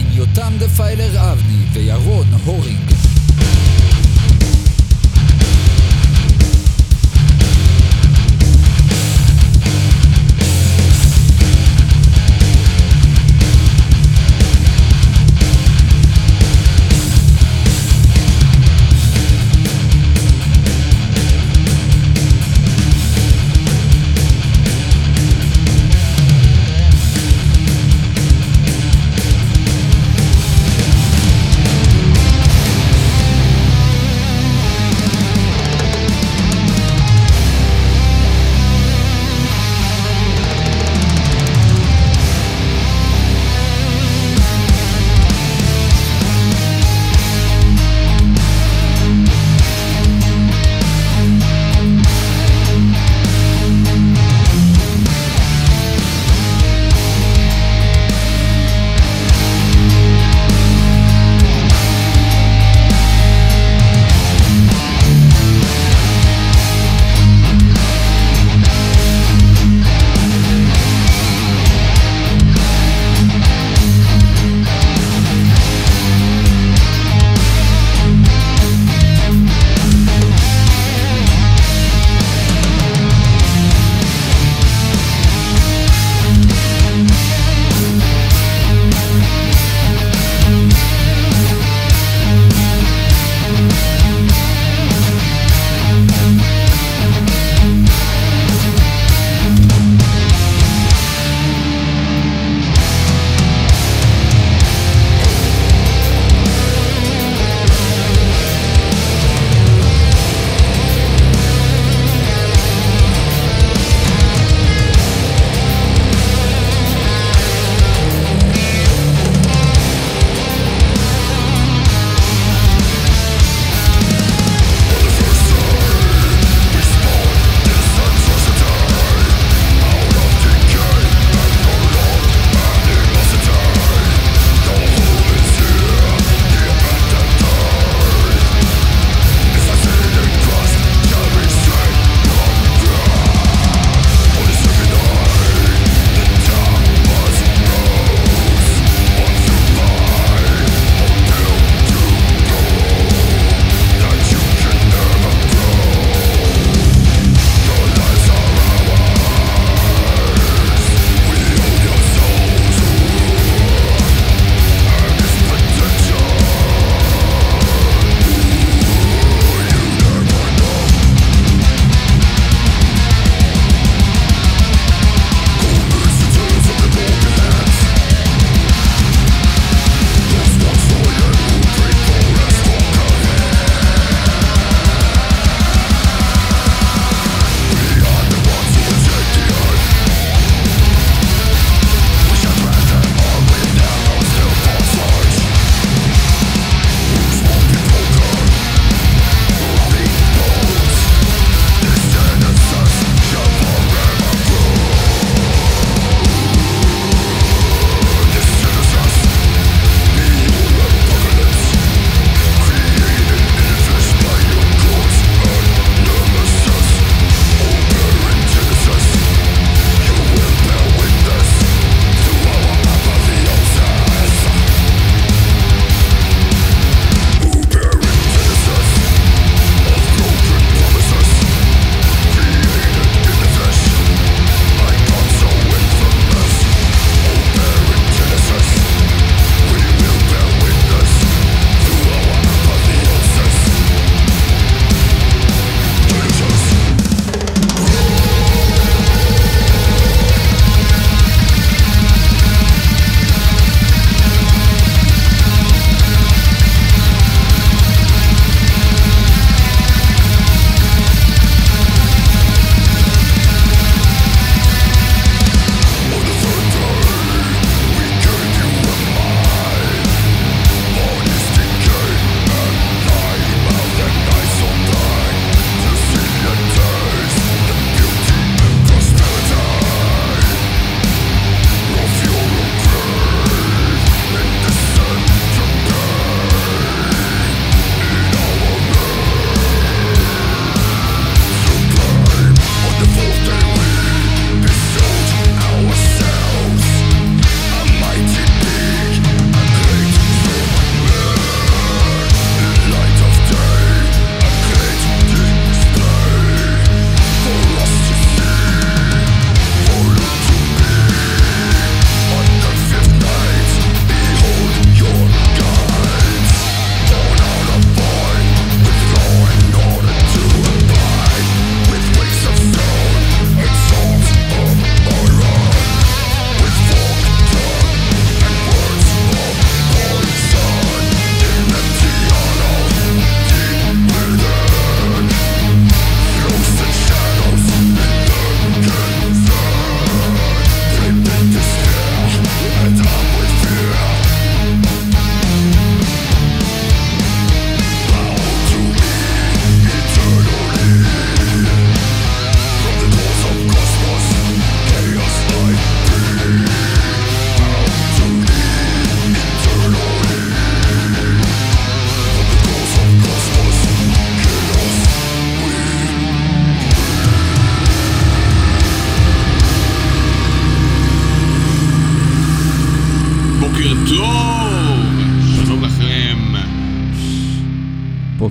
יותם דפיילר אבני וירון הורינג.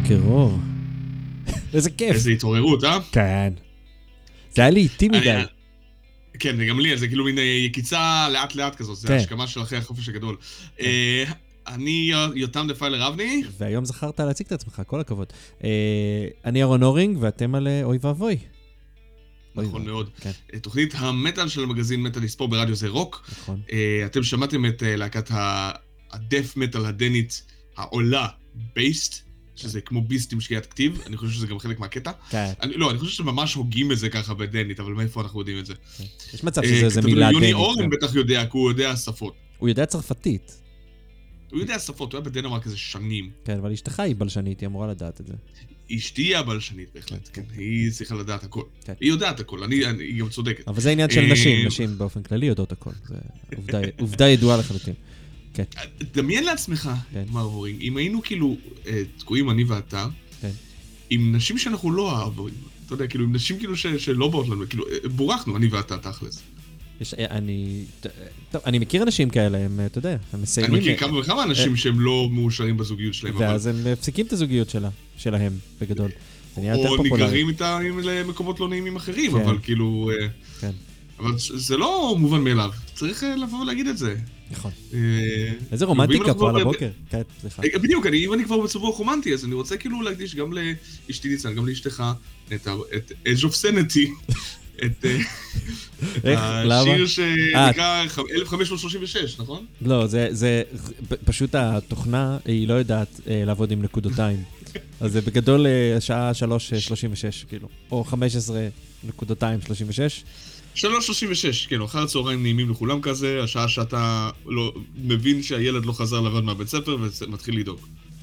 בוקר אור. איזה כיף. איזה התעוררות, כן. זה היה לי איטי מדי. כן, גם לי, זה כאילו מין יקיצה לאט לאט כזאת, זה השכמה של אחרי החופש הגדול. אני יותם דפיילר אבני. והיום זכרת להציג את עצמך, כל הכבוד. אני אהרון הורינג, ואתם על אוי ואבוי. נכון מאוד. תוכנית המטל של המגזין מטל לספור ברדיו זה רוק. נכון. אתם שמעתם את להקת הדף מטל הדנית העולה, בייסט, שזה כמו ביסט עם שקיעת כתיב, אני חושב שזה גם חלק מהקטע. לא, אני חושב שממש הוגים את זה ככה בדנית, אבל מאיפה אנחנו יודעים את זה? יש מצב שזה מילה דנית. יוני אורן בטח יודע, כי הוא יודע שפות. הוא יודע צרפתית. הוא יודע שפות, הוא היה בדנמרק איזה שנים. כן, אבל אשתך היא בלשנית, היא אמורה לדעת את זה. אשתי היא הבלשנית בהחלט, כן, היא צריכה לדעת הכל. היא יודעת הכל, היא גם צודקת. אבל זה עניין של נשים, נשים באופן כללי יודעות הכל. זה עובדה ידועה לחלוטין. דמיין לעצמך, מר הורינג, אם היינו כאילו תקועים אני ואתה, עם נשים שאנחנו לא אוהבים, אתה יודע, כאילו עם נשים כאילו שלא באות לנו, כאילו בורחנו אני ואתה תכלס. אני מכיר אנשים כאלה, הם, אתה יודע, הם מסיימים... אני מכיר כמה וכמה אנשים שהם לא מאושרים בזוגיות שלהם. ואז הם מפסיקים את הזוגיות שלהם, בגדול. או נגררים איתם למקומות לא נעימים אחרים, אבל כאילו... אבל זה לא מובן מאליו, צריך לבוא ולהגיד את זה. נכון. איזה רומנטיקה פה על הבוקר. בדיוק, אם אני כבר בצבוע רומנטי, אז אני רוצה כאילו להקדיש גם לאשתי ניצן, גם לאשתך, את Edge of Sanity, את השיר שנקרא 1536, נכון? לא, זה פשוט התוכנה, היא לא יודעת לעבוד עם נקודותיים. אז זה בגדול השעה 3:36, כאילו, או 15:36. 3:36, כן, אחר הצהריים נעימים לכולם כזה, השעה שאתה מבין שהילד לא חזר לבד מהבית ספר ומתחיל לדאוג.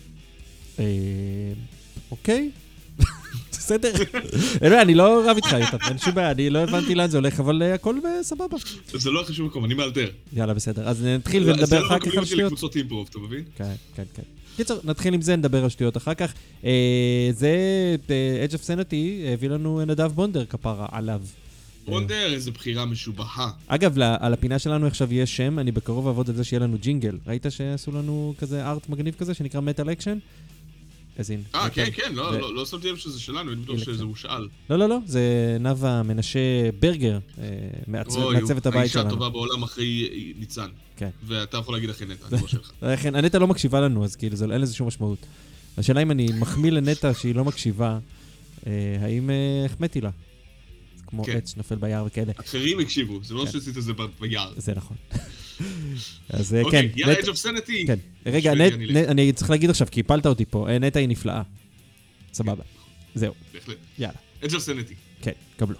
אוקיי. בסדר. אני לא רב איתך, אין שום בעיה, אני לא הבנתי לאן זה הולך, אבל הכל סבבה. זה לא חשוב מקום, אני מאלתר. יאללה, בסדר. אז נתחיל ונדבר אחר כך על שטויות. לקבוצות אימפרוב, אתה מבין? כן, כן, כן. קיצור, נתחיל עם זה, נדבר על שטויות אחר כך. זה, Edge of Sanity, הביא לנו נדב בונדר כפרה עליו. בונדר, איזו בחירה משובחה. אגב, על הפינה שלנו עכשיו יהיה שם, אני בקרוב אעבוד על זה שיהיה לנו ג'ינגל. ראית שעשו לנו כזה ארט מגניב כזה שנקרא מטל אקשן? כן, כן, לא שמתי לב שזה שלנו, אני בטוח שזה הוא שאל. לא, זה נאווה מנשה ברגר, מעצבת הבית שלנו. האישה הטובה בעולם אחרי ניצן. כן. ואתה יכול להגיד אחרי נטע, אני לא שלך. הנטע לא מקשיבה לנו, אז כאילו, אין לזה שום משמעות. השאלה אם אני מחמיא לנטע שהיא לא מקשיבה, האם החמאתי לה? כמו עץ נופל ביער וכאלה. אחרים הקשיבו, זה לא שעשית את זה ביער. זה נכון. אז אוקיי, כן. יאללה, Edge of Sanity. כן. רגע, אני צריך להגיד עכשיו, כי הפלת אותי פה, נטע היא נפלאה. סבבה. זהו. בהחלט. יאללה. Edge of Sanity. כן, קבלו.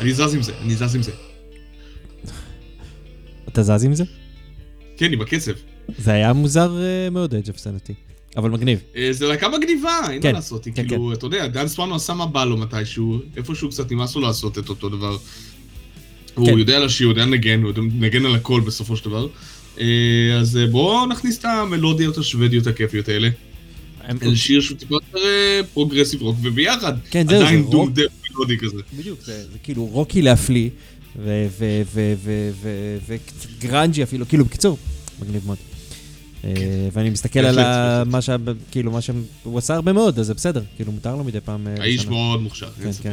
אני זז עם זה. אתה זז עם זה? כן, עם הקצב. זה היה מוזר מאוד, Edge of Sanity. אבל מגניב. זה להקה מגניבה, אין מה לעשות. כאילו, אתה יודע, דן ספנו עשה מה בא לו מתישהו, איפשהו קצת נמאס לו לעשות את אותו דבר. הוא יודע לשיר, הוא יודע לנגן, הוא נגן על הכל בסופו של דבר. אז בואו נכניס את המלודיות השוודיות הכיפיות האלה. אל שיר שהוא טיפה יותר פרוגרסיב רוק, וביחד עדיין דום דה מלודי כזה. בדיוק, זה כאילו רוקי להפליא, וגרנג'י אפילו, כאילו בקיצור, מגניב מאוד. ואני מסתכל על מה שהוא עשה הרבה מאוד, אז זה בסדר, כאילו מותר לו מדי פעם. האיש מאוד מוכשר, אין ספק.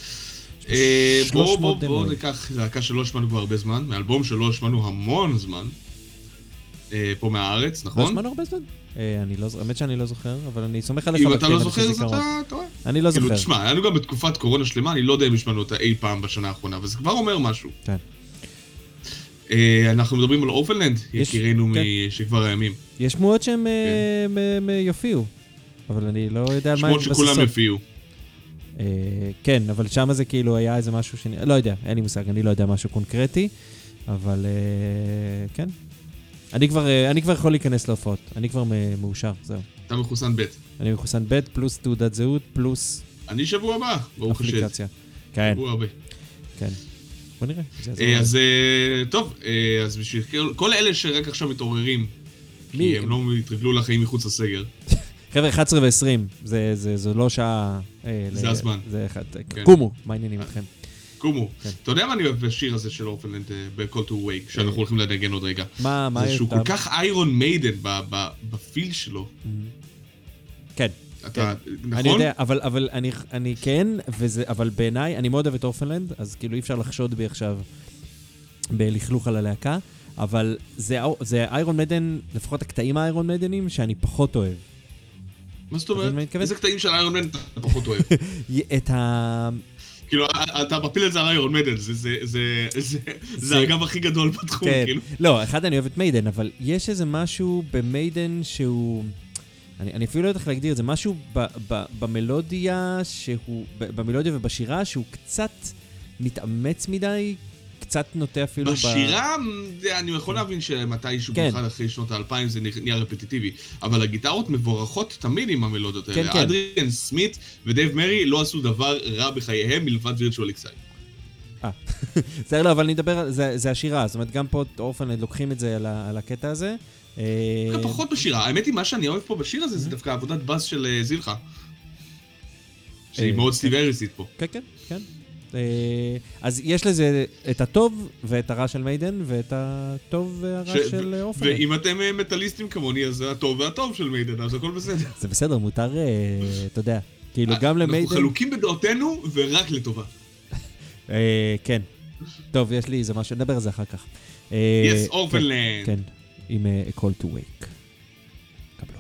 בואו ניקח להקה שלא שמענו כבר הרבה זמן, מאלבום שלא שמענו המון זמן, פה מהארץ, נכון? לא שמענו הרבה זמן? האמת שאני לא זוכר, אבל אני סומך עליך. אם אתה לא זוכר, אז אתה טועה. אני לא זוכר. תשמע, היה לנו גם בתקופת קורונה שלמה, אני לא יודע אם השמענו אותה אי פעם בשנה האחרונה, וזה כבר אומר משהו. כן. אנחנו מדברים על אופנלנד, יקירנו שכבר הימים. יש שמועות שהם יופיעו, אבל אני לא יודע על מה הם בססות. שמועות שכולם יופיעו. כן, אבל שם זה כאילו היה איזה משהו לא יודע, אין לי מושג, אני לא יודע משהו קונקרטי, אבל כן. אני כבר יכול להיכנס להופעות, אני כבר מאושר, זהו. אתה מחוסן ב'. אני מחוסן ב' פלוס תעודת זהות פלוס אני שבוע הבא, ברוך השם. אפליקציה. כן. שבוע הבא. כן. בוא נראה. אז טוב, אז בשביל כל אלה שרק עכשיו מתעוררים, כי הם לא התרגלו לחיים מחוץ לסגר. חבר'ה, 11 ו-20, זו לא שעה... זה הזמן. קומו, מה העניינים אתכם? קומו. אתה יודע מה אני אוהב בשיר הזה של אופנלנד, ב-Call to Wake, שאנחנו הולכים לנגן עוד רגע? מה זה שהוא כל כך איירון מיידן בפיל שלו. כן. נכון? אני יודע, אבל אני כן, אבל בעיניי, אני מאוד אוהב את אופנלנד, אז כאילו אי אפשר לחשוד בי עכשיו בלכלוך על הלהקה, אבל זה איירון מיידן, לפחות הקטעים האיירון מיידנים, שאני פחות אוהב. מה זאת אומרת? איזה קטעים של איירון מיידן אתה פחות אוהב? את ה... כאילו, אתה מפיל את זה על איירון מיידן, זה האגב הכי גדול בתחום, כאילו. לא, אחד אני אוהב את מיידן, אבל יש איזה משהו במיידן שהוא... אני אפילו לא יודע איך להגדיר את זה, משהו במלודיה ובשירה שהוא קצת מתאמץ מדי, קצת נוטה אפילו בשירה, אני יכול להבין שמתישהו בכלל אחרי שנות ה-2000 זה נהיה רפטיטיבי, אבל הגיטרות מבורכות תמיד עם המלודיות האלה. אדריאן סמית ודייב מרי לא עשו דבר רע בחייהם מלבד וירטואל אקסייד. בסדר, לא, אבל נדבר, זה השירה, זאת אומרת, גם פה אופנלנד לוקחים את זה על הקטע הזה. פחות בשירה, האמת היא מה שאני אוהב פה בשיר הזה זה דווקא עבודת בס של זילחה. שהיא מאוד סטיב אריסית פה. כן, כן, כן. אז יש לזה את הטוב ואת הרע של מיידן ואת הטוב והרע של אופנלנד. ואם אתם מטליסטים כמוני, אז זה הטוב והטוב של מיידן, אז הכל בסדר. זה בסדר, מותר, אתה יודע, כאילו גם למיידן... אנחנו חלוקים בדעותינו ורק לטובה. כן. טוב, יש לי איזה משהו, נדבר על זה אחר כך. Yes, אופנלנד. כן, עם A Call to Wake. קבלו.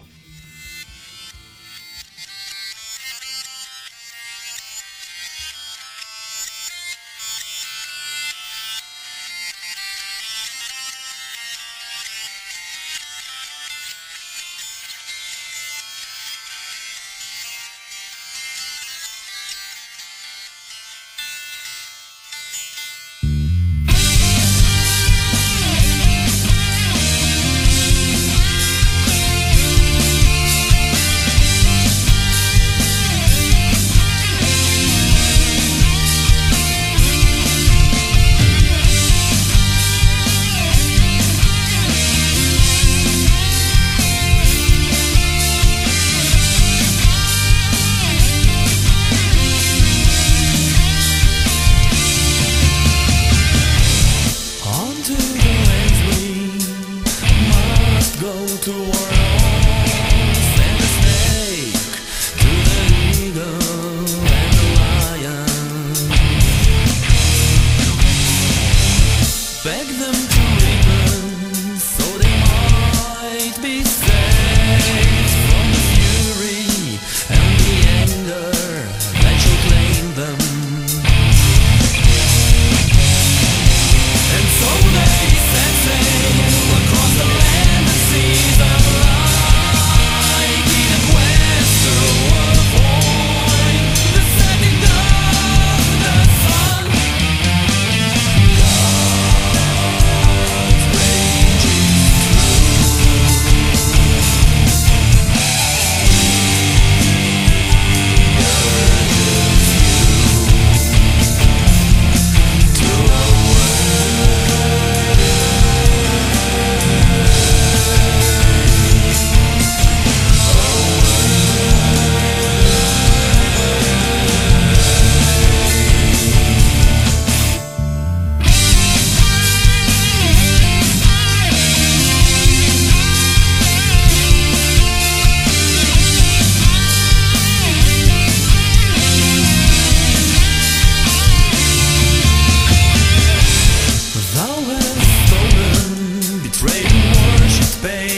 Across the land and seas of life.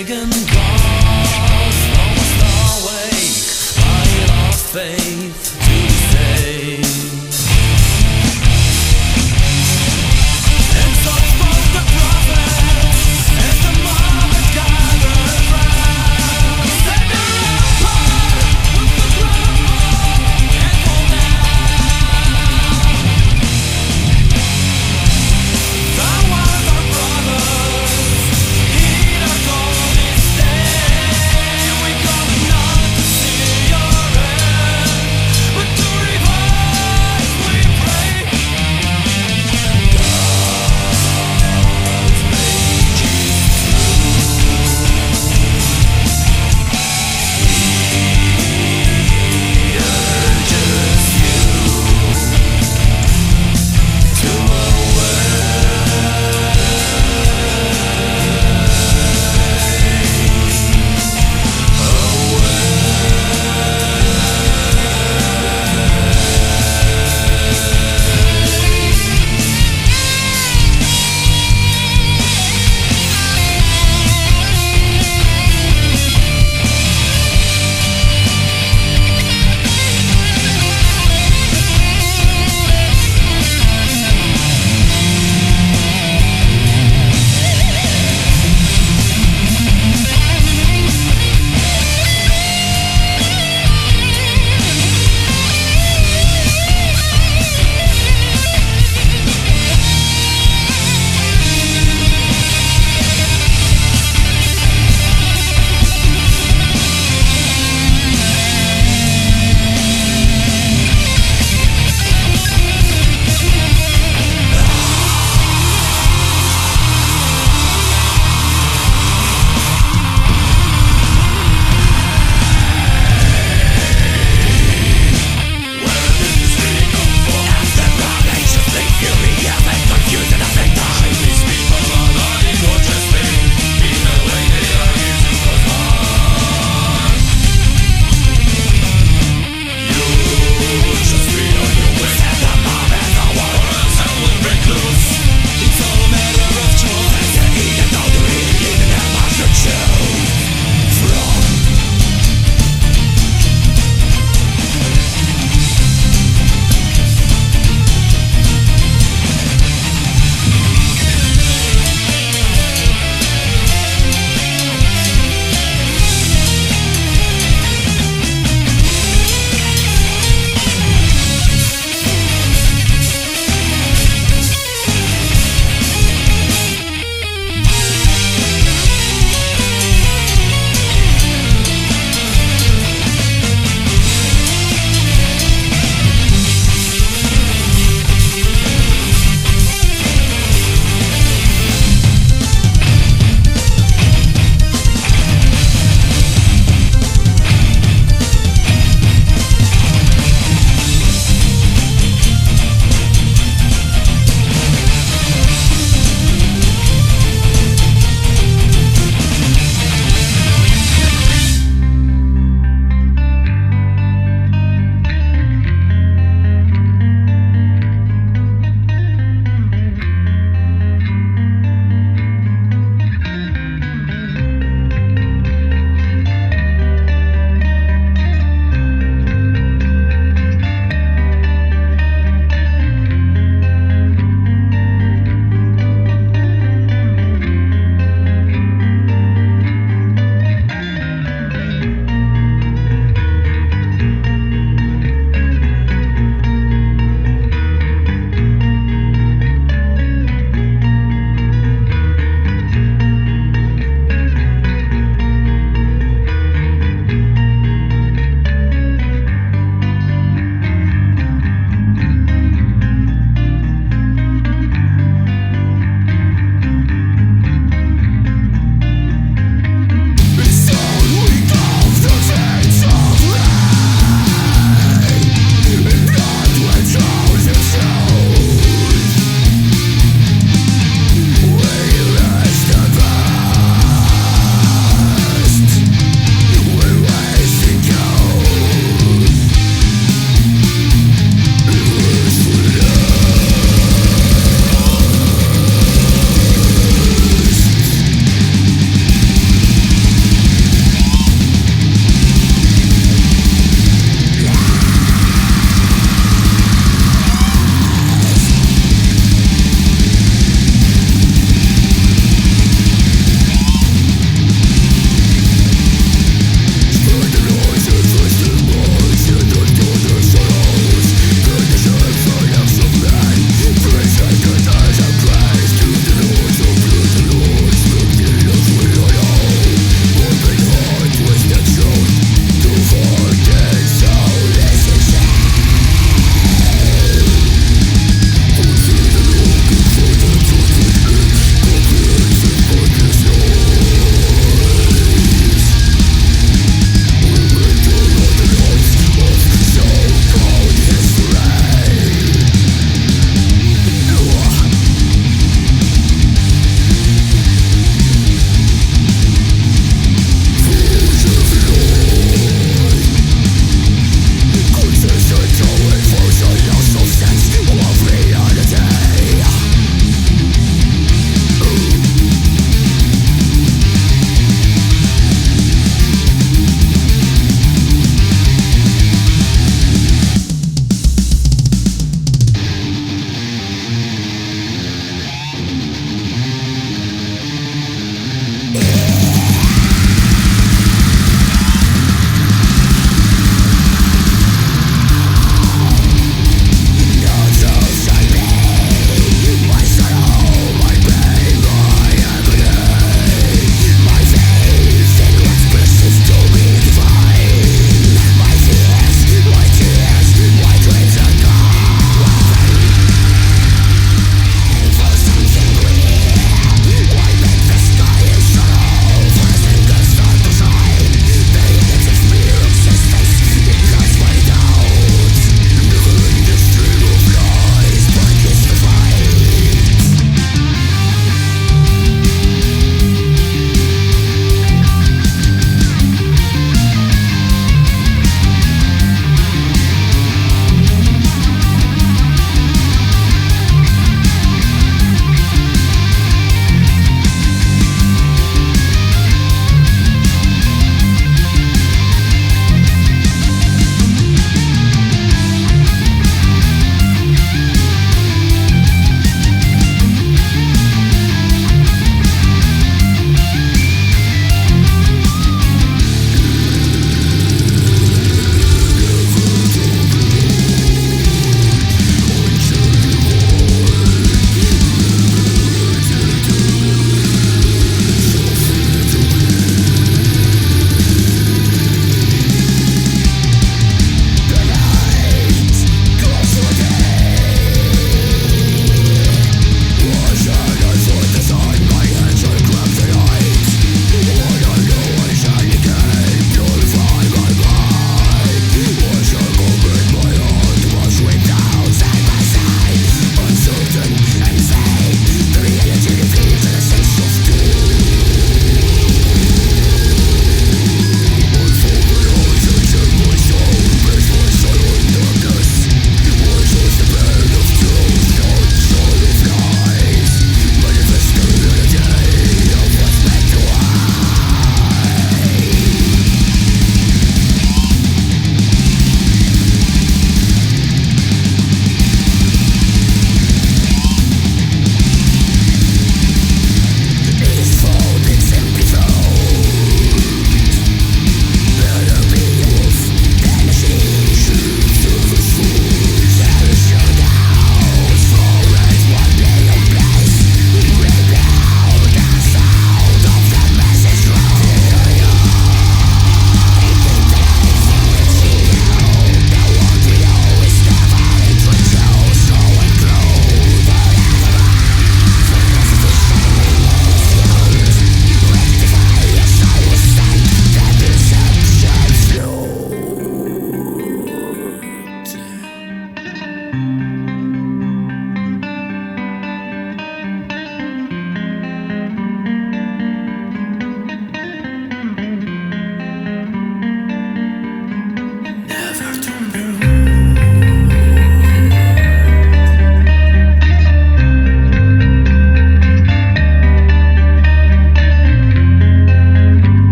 pagan gods almost awake by your faith to save. And so spoke the prophet as the mob gathered round. Set your heart with the ground and fall down. Thou art our brothers, heed our call instead.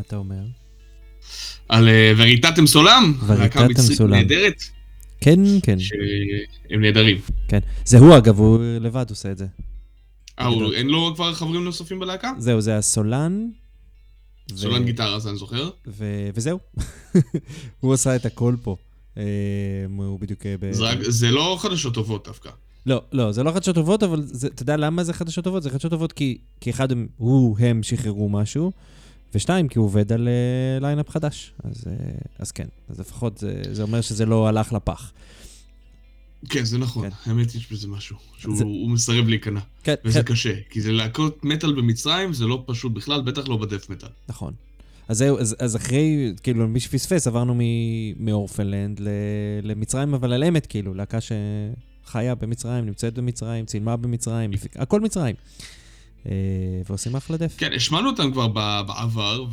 אתה אומר? על וריטתם סולם, וריטתם סולם. נהדרת. כן, כן. שהם נהדרים. כן. זה הוא אגב, הוא לבד עושה את זה. אין לו כבר חברים נוספים בלהקה? זהו, זה הסולן. סולן גיטרה, אז אני זוכר. וזהו. הוא עושה את הכל פה. הוא בדיוק... זה לא חדשות טובות דווקא. לא, זה לא חדשות טובות, אבל אתה יודע למה זה חדשות טובות? זה חדשות טובות כי אחד הם שחררו משהו, ושתיים, כי הוא עובד על ליינאפ חדש. אז כן, אז לפחות זה אומר שזה לא הלך לפח. כן, זה נכון. האמת יש בזה משהו. שהוא מסרב להיכנע. וזה קשה. כי זה להקות מטל במצרים, זה לא פשוט בכלל, בטח לא בדף מטל. נכון. אז זהו, אז אחרי, כאילו, מי שפספס, עברנו מאורפנלנד למצרים, אבל על אמת, כאילו, להקה שחיה במצרים, נמצאת במצרים, צילמה במצרים, הכל מצרים. ועושים אחלה דף. כן, השמענו אותם כבר בעבר,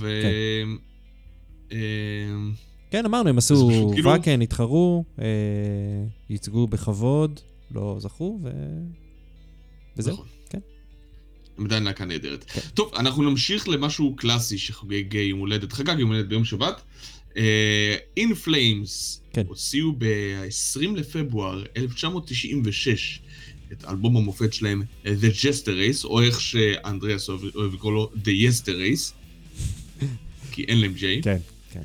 כן, אמרנו, הם עשו וקן, התחרו, ייצגו בכבוד, לא זכו, וזהו. כן. הם עדיין להקה נהדרת. טוב, אנחנו נמשיך למשהו קלאסי שחגג יום הולדת, חגג יום הולדת ביום שבת. In Flames הוציאו ב-20 לפברואר 1996 את אלבום המופת שלהם, The Jester Race, או איך שאנדריאס אוהב לקרוא לו, The Jester Race, כי אין להם J. כן, כן.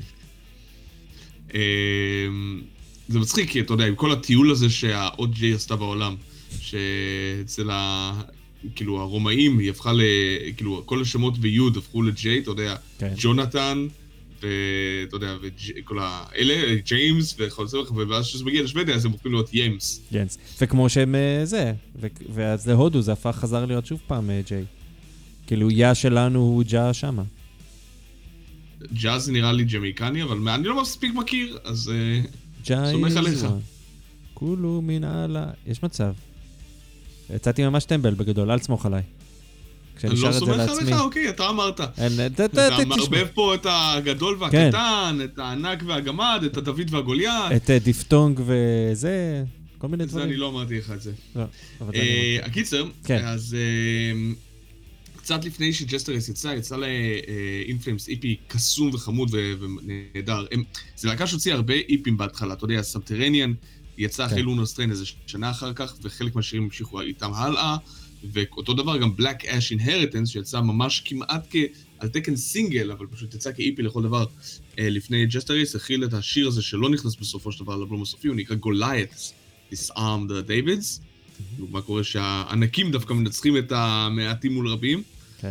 זה מצחיק, כי אתה יודע, עם כל הטיול הזה שהעוד J עשתה בעולם, שאצל כאילו הרומאים היא הפכה כאילו כל השמות ביוד הפכו ל-J, אתה יודע, ג'ונתן, ואתה יודע, וכל האלה, ג'יימס וכל זה, ואז שזה מגיע לשוודיה, אז הם הופכים להיות ימס. ימס. וכמו שהם זה, ואז להודו זה הפך חזר להיות שוב פעם ג'יי. כאילו, יא שלנו הוא ג'ה שמה. ג'ה זה נראה לי ג'מייקני, אבל אני לא מספיק מכיר, אז סומך עליך. כולו מן הלאה. יש מצב. יצאתי ממש טמבל בגדול, אל תסמוך עליי. אני לא סומך עליך, אוקיי, אתה אמרת. אתה מערבב פה את הגדול והקטן, את הענק והגמד, את הדוד והגוליית. את דיפטונג וזה, כל מיני דברים. זה אני לא אמרתי לך את זה. הקיצר, אז קצת לפני שג'סטרס יצא לאינפלאמס איפי קסום וחמוד ונהדר. זה להקה שהוציא הרבה איפים בהתחלה, אתה יודע, סאבטרניאן יצא אחרי לונר סטריין איזה שנה אחר כך, וחלק מהשירים המשיכו איתם הלאה. ואותו דבר גם Black Ash Inheritance שיצא ממש כמעט על תקן סינגל, אבל פשוט יצא כאיפי לכל דבר לפני Jester Race, הכיל את השיר הזה שלא נכנס בסופו של דבר לאלבום הסופי, הוא נקרא Goliaths, Disarm the Davids. מה קורה שהענקים דווקא מנצחים את המעטים מול רבים,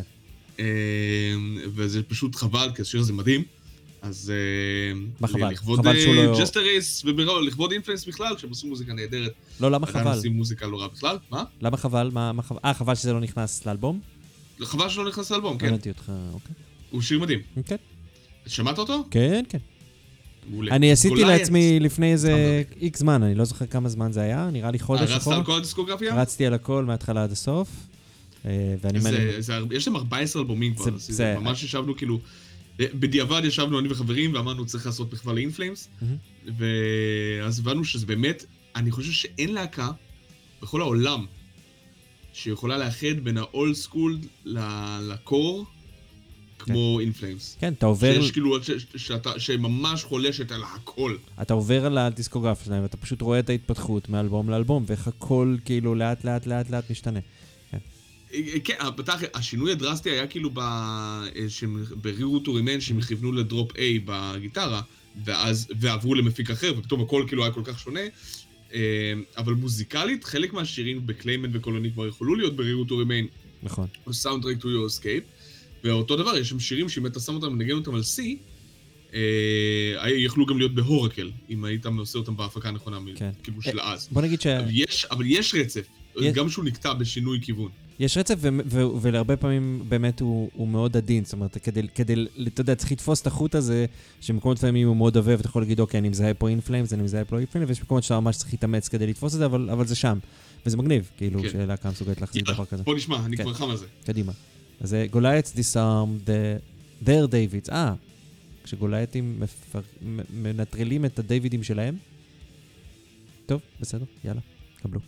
וזה פשוט חבל, כי השיר הזה מדהים. אז לכבוד Jester Race ולכבוד אינפלנס בכלל, כשהם עשו מוזיקה נהדרת. לא, למה חבל? עדיין עושים מוזיקה לא רע בכלל, מה? למה חבל? חבל שזה לא נכנס לאלבום? חבל שלא נכנס לאלבום, כן. הבנתי אותך, אוקיי. הוא שיר מדהים. כן. שמעת אותו? כן, כן. אני עשיתי לעצמי לפני איזה איקס זמן, אני לא זוכר כמה זמן זה היה, נראה לי חודש. רצת על כל הדיסקוגרפיה? רצתי על הכל מההתחלה עד הסוף. יש להם 14 אלבומים כבר, ממש ישבנו כאילו, בדיעבד ישבנו אני וחברים ואמרנו צריך לעשות מחווה לאינפלאמס, ואז הבנו שזה באמת, אני חושב שאין להקה בכל העולם שיכולה לאחד בין האולד סקול לקור כמו אינפלאמס. כן, אתה עובר... שיש כאילו, שממש חולשת על הכל. אתה עובר על הדיסקוגרפיה שלהם, ואתה פשוט רואה את ההתפתחות מאלבום לאלבום, ואיך הכל כאילו לאט לאט משתנה. כן, השינוי הדרסטי היה כאילו ברירו טורימן שהם כיוונו לדרופ A בגיטרה, ועברו למפיק אחר, ופתאום הכל כאילו היה כל כך שונה, אבל מוזיקלית, חלק מהשירים בקליימן וקולוני כבר יכולו להיות ברירו טורימן, נכון. או Soundtrack to Your Escape, ואותו דבר, יש שם שירים שאם אתה שם אותם ונגן אותם על C, יכלו גם להיות בהורקל, אם היית עושה אותם בהפקה הנכונה, כאילו של אז. בוא נגיד אבל יש רצף, גם שהוא נקטע בשינוי כיוון. יש רצף, ולהרבה פעמים באמת הוא מאוד עדין, זאת אומרת, כדי, אתה יודע, צריך לתפוס את החוט הזה, שמקומות פעמים הוא מאוד עבב, אתה יכול להגיד, אוקיי, אני מזהה פה אינפלאמס, אני מזהה פה אינפלאמס, ויש מקומות שאתה ממש צריך להתאמץ כדי לתפוס את זה, אבל זה שם. וזה מגניב, כאילו, שלהקה מסוגלת להחזיק דבר כזה. בוא נשמע, אני כבר חם על זה. קדימה. אז Goliaths Disarm their Davids. כשגולייתים מנטרלים את הדיווידים שלהם. טוב, בסדר, יאללה, קבלו.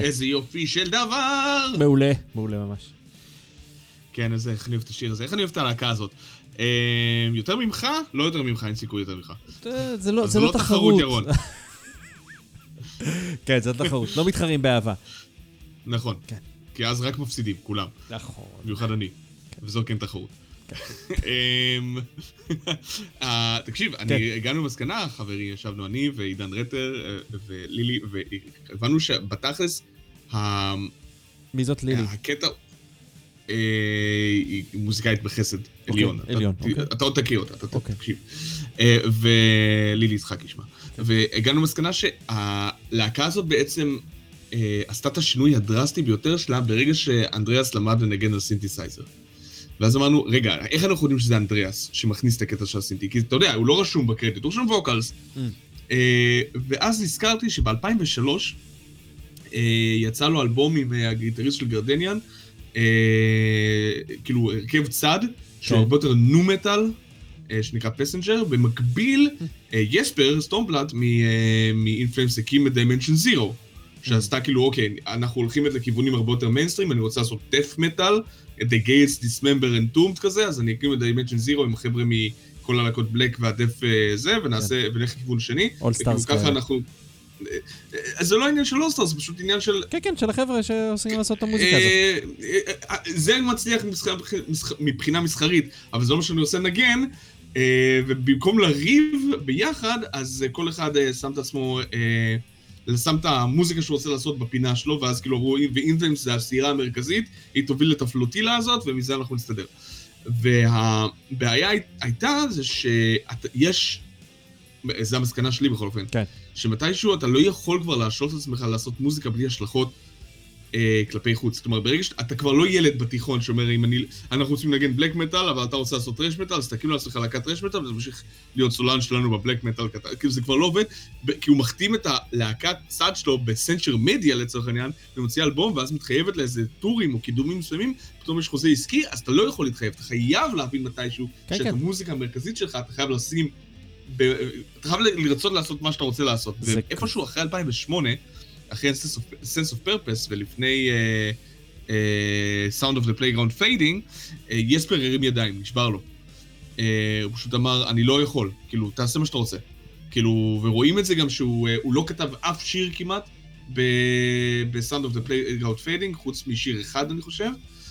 איזה יופי של דבר! מעולה, מעולה ממש. כן, אז איך אני אוהב את השיר הזה? איך אני אוהב את הלהקה הזאת? יותר ממך? לא יותר ממך, אין סיכוי יותר ממך. זה לא תחרות. ירון. כן, זה תחרות. לא מתחרים באהבה. נכון. כן. כי אז רק מפסידים, כולם. נכון. במיוחד אני. וזו כן תחרות. תקשיב, הגענו למסקנה, חברי, ישבנו אני ועידן רטר ולילי, והבנו שבתכלס, מי זאת לילי? הקטע היא מוזיקאית בחסד, עליון. אתה עוד תכיר אותה, אתה תקשיב. ולילי יצחק ישמע. והגענו למסקנה שהלהקה הזאת בעצם עשתה את השינוי הדרסטי ביותר שלה ברגע שאנדריאס למד לנגן על סינתסייזר. ואז אמרנו, רגע, איך אנחנו יודעים שזה אנדריאס שמכניס את הקטע של הסינתי? כי אתה יודע, הוא לא רשום בקרדיט, הוא רשום ווקלס. ואז נזכרתי שב-2003 יצא לו אלבום עם הגיטריסט של גרדניאן, כאילו הרכב צד, שהוא הרבה יותר נו-מטל, שנקרא פסנג'ר, במקביל יספר, סטורמבלאט, מ-Inflames הקים את Dimension Zero, שעשתה כאילו, אוקיי, אנחנו הולכים לכיוונים הרבה יותר מיינסטרים, אני רוצה לעשות דף מטל, את The Gates, Dismember and Doomed כזה, אז אני אקים את Dimension Zero עם החבר'ה מכל הלהקות בלק והדף זה, ונלך לכיוון שני. All-Stars ככה אנחנו... אז זה לא עניין של All-Stars, זה פשוט עניין של... כן, כן, של החבר'ה שעושים לעשות את המוזיקה הזאת. זה מצליח מבחינה מסחרית, אבל זה לא מה שאני עושה נגן, ובמקום לריב ביחד, אז כל אחד שם את עצמו... שם את המוזיקה שהוא רוצה לעשות בפינה שלו, ואז כאילו רואים, ואינפלאמס זה הסעירה המרכזית, היא תוביל את הפלוטילה הזאת, ומזה אנחנו נסתדר. והבעיה הייתה זה שיש, זה המסקנה שלי בכל אופן, כן. שמתישהו אתה לא יכול כבר להשלות את עצמך לעשות מוזיקה בלי השלכות כלפי חוץ. זאת אומרת, ברגע שאתה כבר לא ילד בתיכון שאומר, אם אנחנו רוצים לנגן בלק מטל, אבל אתה רוצה לעשות טרש מטל, אז תקים לעצמך להקת טרש מטל, וזה ממשיך להיות סולן שלנו בבלק מטל. כאילו זה כבר לא עובד, כי הוא מחתים את הלהקת צד שלו בסנצ'ר מדיה לצורך העניין, ומוציא אלבום, ואז מתחייבת לאיזה טורים או קידומים מסוימים, פתאום יש חוזה עסקי, אז אתה לא יכול להתחייב, אתה חייב להבין מתישהו, שאת המוזיקה המרכזית שלך, אתה חייב לשים, אתה חייב לרצות לעשות מה שאתה רוצה לעשות. ואיפשהו אחרי 2008, אחרי Sense of Purpose ולפני Sound of the Playground Fading, יספר הרים ידיים, נשבר לו. הוא פשוט אמר, אני לא יכול, כאילו, תעשה מה שאתה רוצה. כאילו, ורואים את זה גם שהוא לא כתב אף שיר כמעט ב-Sound of the Playground Fading, חוץ משיר אחד, אני חושב.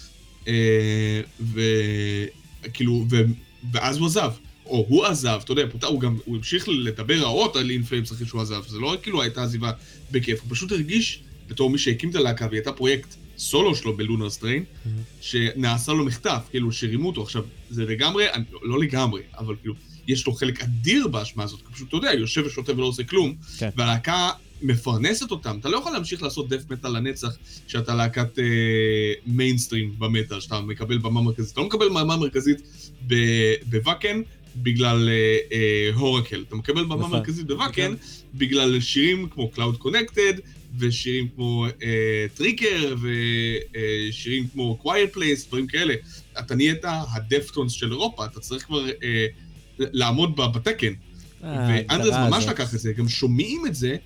וכאילו, ואז הוא עזב. או הוא עזב, אתה יודע, הוא המשיך לדבר רעות על אינפלאמס אחרי שהוא עזב, זה לא כאילו הייתה עזיבה בכיף, הוא פשוט הרגיש בתור מי שהקים את הלהקה, והיא הייתה פרויקט סולו שלו בלונר סטריין, שנעשה לו מחטף, כאילו שרימו אותו, עכשיו זה לגמרי, לא לגמרי, אבל כאילו, יש לו חלק אדיר באשמה הזאת, פשוט אתה יודע, יושב ושוטה ולא עושה כלום, והלהקה מפרנסת אותם, אתה לא יכול להמשיך לעשות דף מטל לנצח, שאתה להקת מיינסטרים במטל, שאתה מקבל במה מרכזית, אתה לא מקבל במה מרכזית בוואקן, בגלל הורקל. אתה מקבל במה מרכזית בוואקן, בגלל שירים כמו Cloud Connected, ושירים כמו טריקר, ושירים כמו Quiet Place, דברים כאלה. אתה נהיית הדפטונס של אירופה, אתה צריך כבר לעמוד בתקן. ואנדרס ממש לקח את זה, גם שומעים את זה,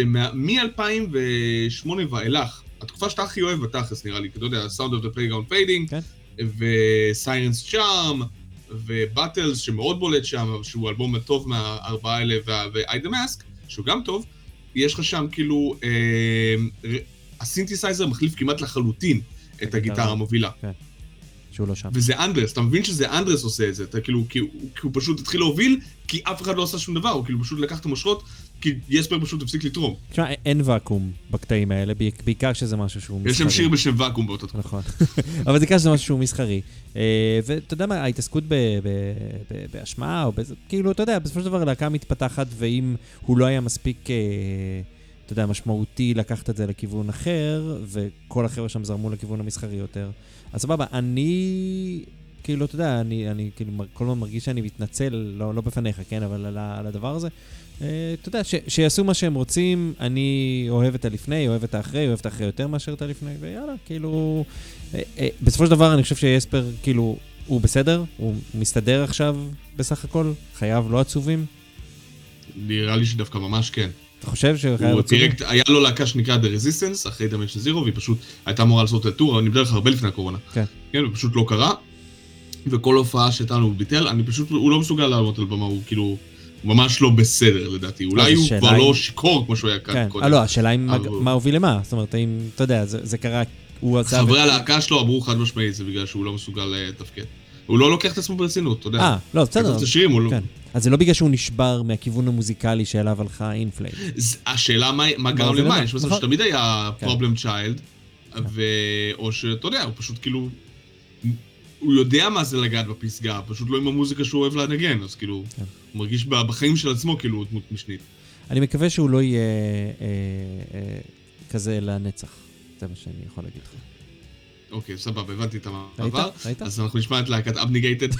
שמ-2008 ואילך, התקופה שאתה הכי אוהב בתכלס נראה לי, אתה יודע, Sound of the Playground Fading, ו-Sirens Charm, ובטלס שמאוד בולט שם, שהוא אלבום טוב מהארבעה האלה, ו-I The Mask, שהוא גם טוב, יש לך שם כאילו, הסינתסייזר מחליף כמעט לחלוטין את הגיטרה המובילה. כן, שהוא לא שם. וזה אנדרס, אתה מבין שזה אנדרס עושה את זה, אתה כאילו, כי הוא פשוט התחיל להוביל, כי אף אחד לא עושה שום דבר, הוא כאילו פשוט לקח את המושכות, כי יספר פשוט הפסיק לתרום. תשמע, אין ואקום בקטעים האלה, בעיקר שזה משהו שהוא מסחרי. יש שם שיר בשם ואקום באותה תקופה. נכון. אבל בעיקר שזה משהו שהוא מסחרי. ואתה יודע מה, ההתעסקות באשמה, או בזה, כאילו, אתה יודע, בסופו של דבר הלהקה מתפתחת, ואם הוא לא היה מספיק, אתה יודע, משמעותי לקחת את זה לכיוון אחר, וכל החבר'ה שם זרמו לכיוון המסחרי יותר. אז סבבה, אני... כאילו, אתה יודע, אני כאילו כל הזמן מרגיש שאני מתנצל, לא בפניך, כן, אבל על הדבר הזה. אתה יודע, שיעשו מה שהם רוצים, אני אוהב את הלפני, אוהב את האחרי, אוהב את האחרי יותר מאשר את הלפני, ויאללה, כאילו... בסופו של דבר אני חושב שיספר, כאילו, הוא בסדר, הוא מסתדר עכשיו בסך הכל, חייו לא עצובים. נראה לי שדווקא ממש כן. אתה חושב שהוא היה הוא רציני? פירק, היה לו להקה שנקרא The Resistance, אחרי Dimension Zero, והיא פשוט הייתה אמורה לעשות את הטור, אני מדבר לך הרבה לפני הקורונה. כן. כן, ופשוט לא קרה. וכל הופעה שהייתנו הוא ביטל, הוא לא מסוגל לעלות על במה, הוא כאילו, הוא ממש לא בסדר לדעתי. אולי הוא כבר לא שיקור כמו שהוא היה כאן קודם. לא, השאלה היא מה הוביל למה. זאת אומרת, אם, אתה יודע, זה קרה, הוא עשה... חברי הלהקה שלו אמרו חד משמעית, זה בגלל שהוא לא מסוגל לתפקד. הוא לא לוקח את עצמו ברצינות, אתה יודע. לא, בסדר. כתוב את השירים, הוא לא... אז זה לא בגלל שהוא נשבר מהכיוון המוזיקלי שאליו הלכה אינפליים. השאלה מה גרם למה, יש מצב שתמיד היה problem child, או שאתה יודע, הוא פשוט כאילו, הוא יודע מה זה לגעת בפסגה, פשוט לא עם המוזיקה שהוא אוהב לנגן, אז כאילו, הוא מרגיש בחיים של עצמו כאילו הוא דמות משנית. אני מקווה שהוא לא יהיה כזה לנצח, זה מה שאני יכול להגיד לך. אוקיי, סבבה, הבנתי את המעבר. ראית? אז אנחנו נשמע את להקת Abnegated,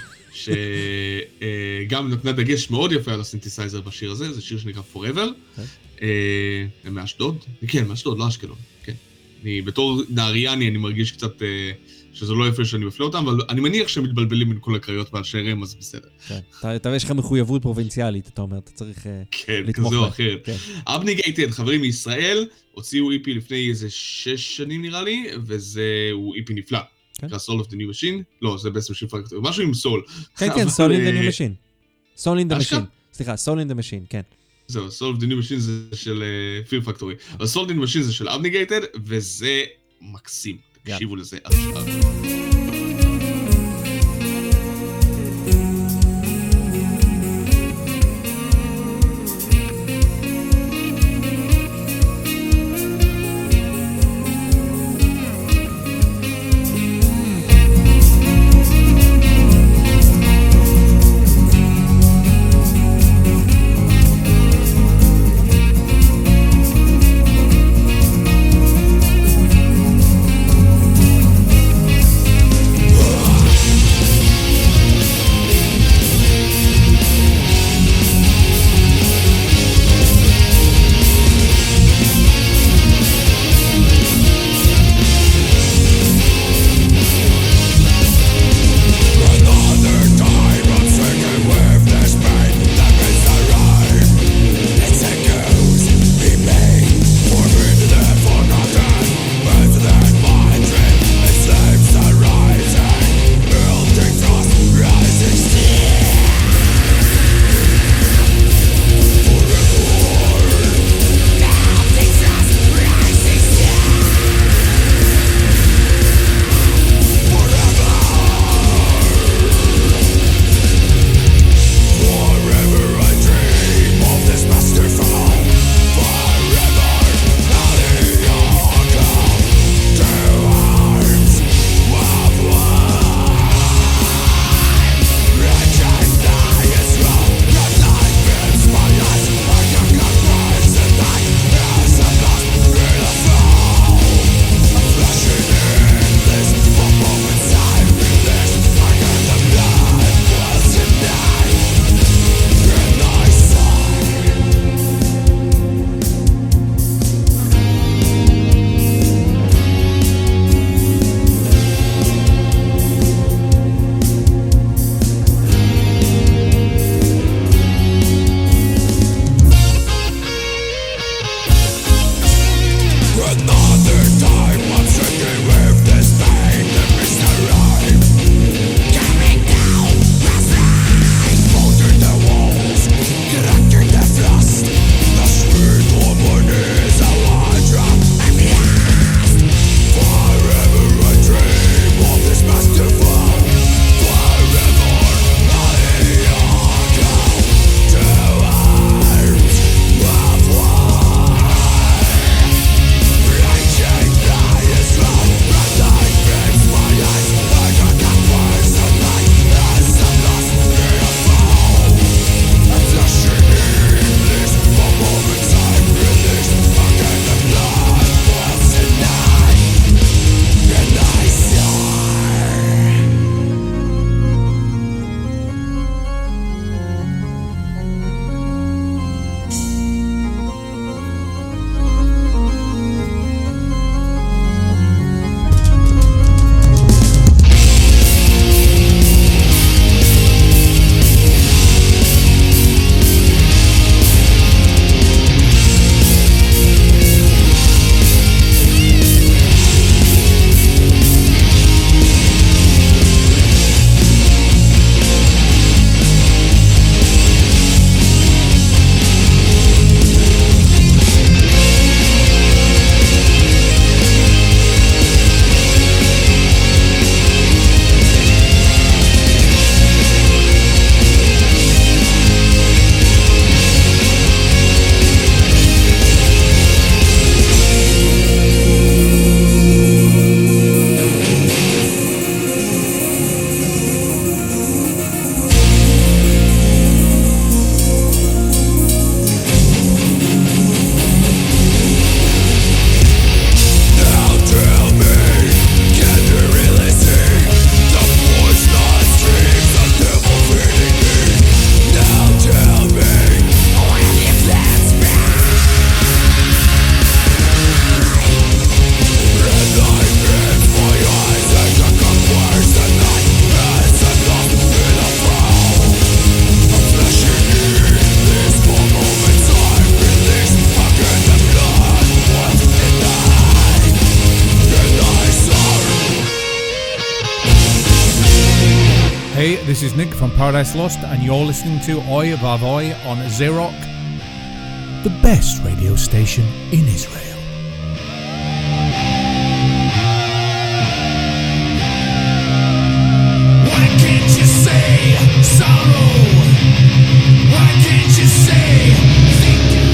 שגם נתנה דגש מאוד יפה על הסינתסייזר בשיר הזה, זה שיר שנקרא Forever. הם מאשדוד? כן, מאשדוד, לא אשקלון. כן. בתור נהריאני אני מרגיש קצת שזה לא יפה שאני מפלה אותם, אבל אני מניח שהם מתבלבלים בין כל הקריות באשר הם, אז בסדר. כן, יש לך מחויבות פרובינציאלית, אתה אומר, אתה צריך לתמוך. כן, כזה או אחר. Abnegated, חברים מישראל, הוציאו EP לפני איזה 6 שנים נראה לי, וזהו EP נפלא. נקרא Soul of the New Machine. לא, זה בעצם Machine Factory, משהו עם סול. כן, Soul in the New Machine. Soul in the Machine. סליחה, Soul in the Machine, כן. זהו, Soul of the New Machine זה של Fear Factory. אבל Soul in the Machine זה של Abnegated, וזה מקסים. תקשיבו לזה עכשיו. Hey, this is Nick from Paradise Lost, and you're listening to Oi Vavoy on Zerock, the best radio station in Israel. Why can't you say sorrow? Why can't you say thinking?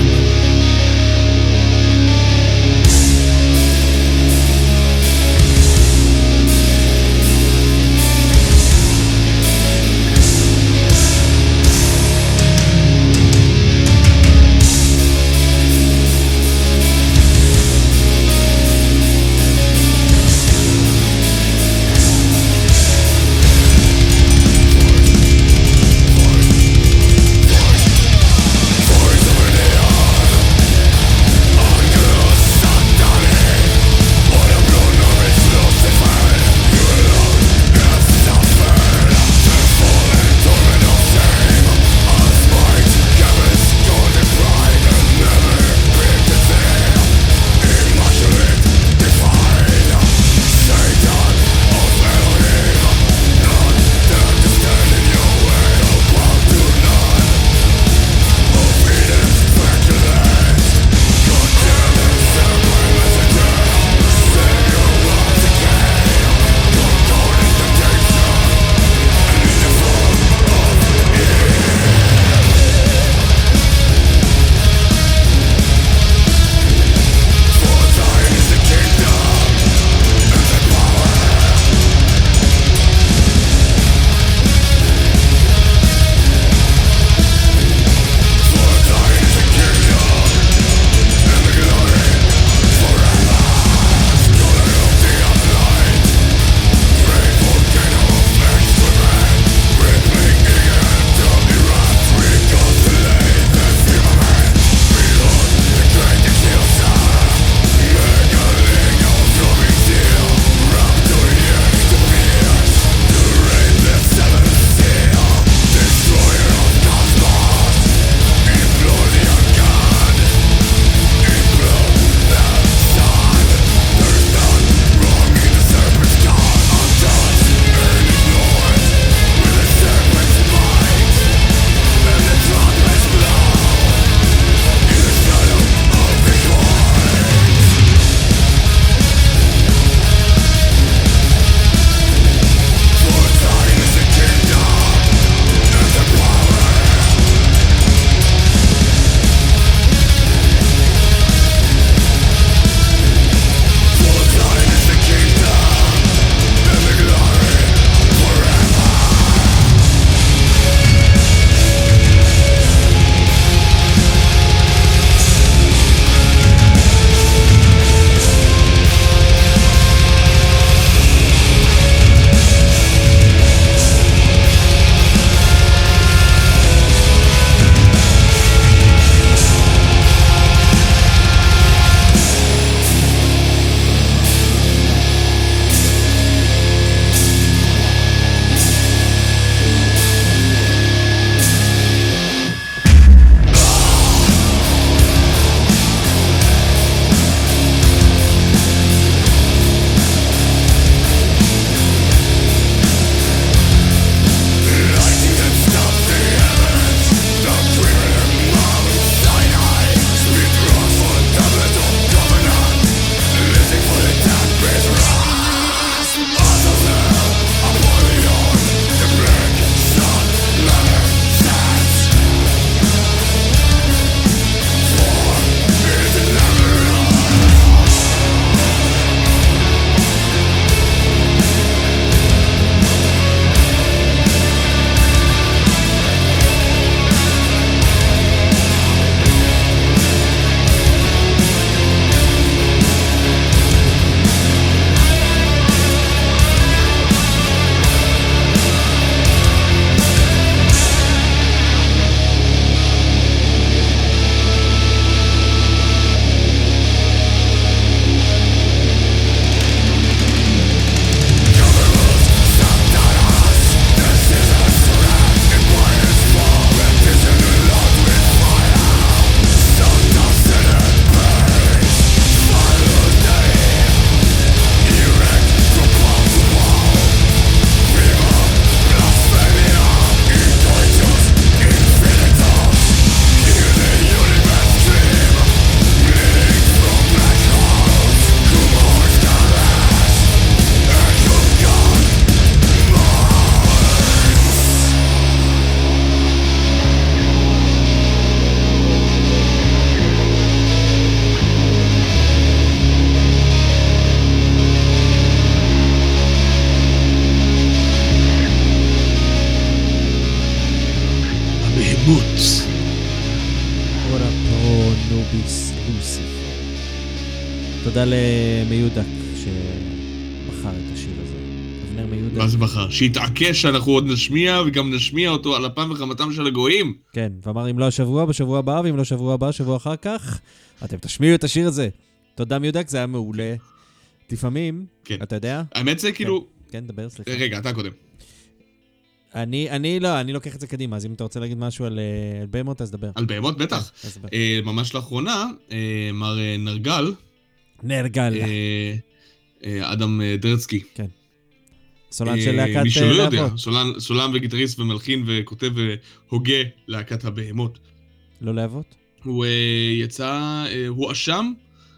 תודה למיודק שבחר את השיר הזה. אבנר מיודק. מה זה בחר? שהתעקש שאנחנו עוד נשמיע, וגם נשמיע אותו על אפם וחמתם של הגויים. כן, ואמר אם לא השבוע, בשבוע הבא, ואם לא שבוע הבא, שבוע אחר כך, אתם תשמיעו את השיר הזה. תודה מיודק, זה היה מעולה. לפעמים, אתה יודע? האמת זה כאילו... כן, דבר, סליחה. רגע, אתה קודם. אני לוקח את זה קדימה, אז אם אתה רוצה להגיד משהו על בהמות, אז דבר. על בהמות, בטח. ממש לאחרונה, מר נרגל, אדם דרצקי. כן. סולן של להקת מי שלא יודע, סולן וגיטריסט ומלחין וכותב והוגה להקת הבהמות. לא להבות? הוא יצא, הוא אשם,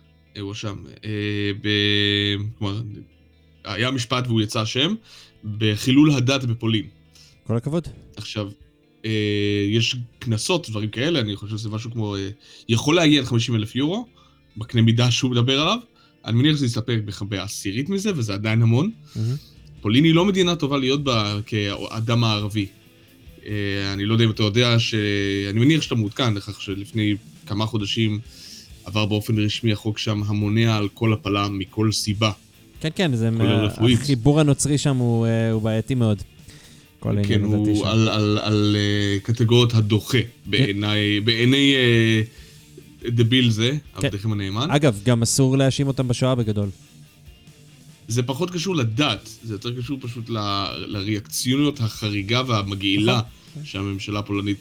כלומר, היה משפט והוא יצא אשם, בחילול הדת בפולין. כל הכבוד. עכשיו, יש כנסות, דברים כאלה, אני חושב שזה משהו כמו, יכול להגיע עד 50,000 יורו, בקנה מידה שהוא מדבר עליו, אני מניח שזה יסתפק בעשירית מזה, וזה עדיין המון. פולין היא לא מדינה טובה להיות בה כאדם הערבי. אני לא יודע אם אתה יודע אני מניח שאתה מעודכן לכך שלפני כמה חודשים עבר באופן רשמי החוק שם המונע על כל הפלה מכל סיבה. כן, כן, החיבור הנוצרי שם הוא בעייתי מאוד. כן, הוא על קטגוריות הדוחה בעיני דביל זה, עבדכם הנאמן. אגב, גם אסור להאשים אותם בשואה בגדול. זה פחות קשור לדת, זה יותר קשור פשוט לריאקציוניות החריגה והמגעילה שהממשלה הפולנית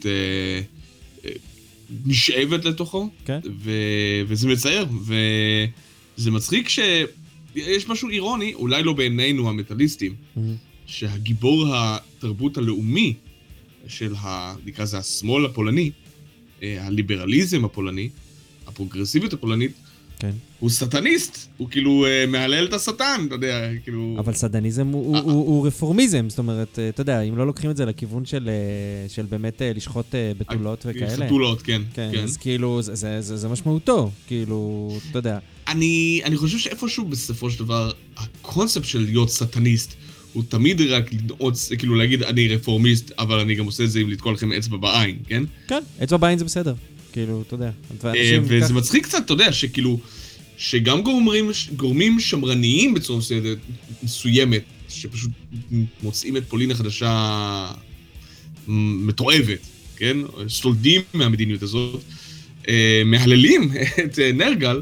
נשאבת לתוכו, וזה מצער, וזה מצחיק שיש משהו אירוני, אולי לא בעינינו המטליסטים, שהגיבור התרבות הלאומי של נקרא זה השמאל הפולני, הליברליזם הפולני, הפרוגרסיביות הפולנית, כן. הוא סטניסט, הוא כאילו מהלל את השטן, אתה יודע, כאילו... אבל סטניזם הוא רפורמיזם, זאת אומרת, אתה יודע, אם לא לוקחים את זה לכיוון של באמת לשחוט בתולות וכאלה. חתולות, כן. כן, אז כאילו, זה משמעותו, כאילו, אתה יודע. אני חושב שאיפשהו בסופו של דבר, הקונספט של להיות סטניסט, הוא תמיד רק כאילו להגיד, אני רפורמיסט, אבל אני גם עושה את זה אם לתקוע לכם אצבע בעין, כן? כן, אצבע בעין זה בסדר. כאילו, אתה יודע. וזה מצחיק קצת, אתה יודע, שכאילו, שגם גורמים שמרניים בצורה מסוימת, שפשוט מוצאים את פולין החדשה מתועבת, כן? סולדים מהמדיניות הזאת, מהללים את נרגל,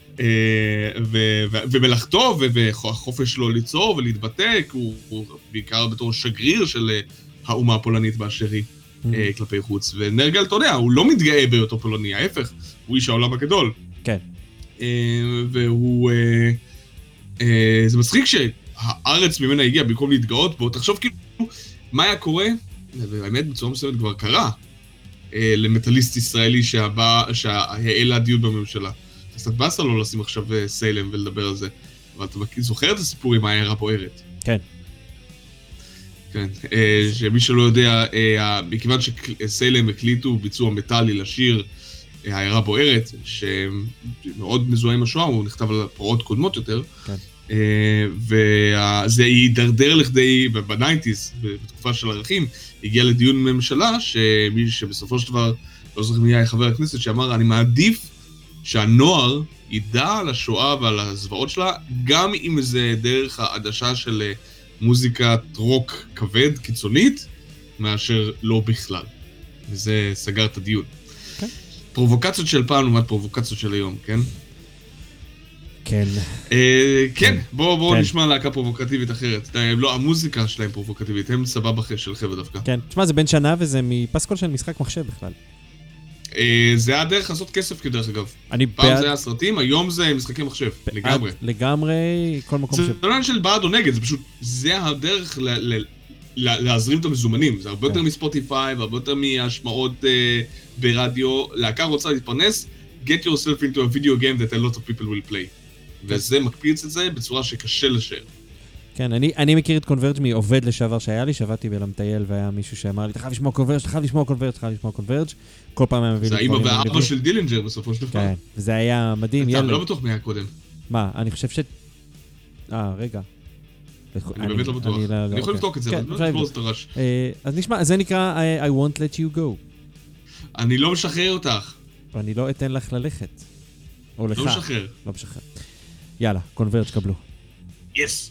ומלאכתו והחופש שלו ליצור ולהתבטא, הוא בעיקר בתור שגריר של האומה הפולנית באשר היא. כלפי חוץ, ונרגל, אתה יודע, הוא לא מתגאה באותו פולני, ההפך, הוא איש העולם הגדול. כן. והוא... זה מצחיק שהארץ ממנה הגיע במקום להתגאות בו, תחשוב כאילו, מה היה קורה, והאמת בצורה מסוימת כבר קרה, למטליסט ישראלי שהעלה דיון בממשלה. אז קצת באסה לו לשים עכשיו סיילם ולדבר על זה, אבל אתה זוכר את הסיפור עם העיירה בוערת? כן. כן, שמי שלא יודע, מכיוון שסיילם הקליטו ביצוע מטאלי לשיר העיירה בוערת, שמאוד מזוהה עם השואה, הוא נכתב על פרעות קודמות יותר, וזה יידרדר לכדי, בניינטיז, בתקופה של ערכים, הגיע לדיון ממשלה, שמי שבסופו של דבר, לא זוכר מי היה חבר הכנסת, שאמר, אני מעדיף שהנוער ידע על השואה ועל הזוועות שלה, גם אם זה דרך העדשה של... מוזיקת רוק כבד, קיצונית, מאשר לא בכלל. וזה סגר את הדיון. Okay. פרובוקציות של פעם לעומת פרובוקציות של היום, כן? כן. כן, בואו נשמע להקה פרובוקטיבית אחרת. לא, המוזיקה שלהם פרובוקטיבית, הם סבבה של חבר'ה דווקא. כן, תשמע, זה בן שנה וזה מפסקול של משחק מחשב בכלל. זה היה דרך לעשות כסף כדרך אגב. פעם זה היה סרטים, היום זה משחקי מחשב, לגמרי. לגמרי, כל מקום זה לא עניין של בעד או נגד, זה פשוט, זה הדרך להזרים את המזומנים. זה הרבה יותר מספוטיפיי, והרבה יותר מהשמעות ברדיו. להקה רוצה להתפרנס, get yourself into a video game that a lot of people will play. וזה מקפיץ את זה בצורה שקשה לשאר. כן, אני מכיר את קונברג' מעובד לשעבר שהיה לי, שבאתי בלמטייל והיה מישהו שאמר לי, אתה חייב לשמוע קונברג', כל פעם היה מביא לי... זה האמא והאבא של דילינג'ר בסופו של דבר. כן, וזה היה מדהים, ילד. אתה לא בטוח מי היה קודם. מה, אני חושב רגע. אני באמת לא בטוח. אני יכול לבדוק את זה, אבל לא תפור את הרש. אז נשמע, זה נקרא I won't let you go. אני לא משחרר אותך. ואני לא אתן לך ללכת. או לך. לא משחרר. לא משחרר. יאללה, קונברג' קבלו. יס!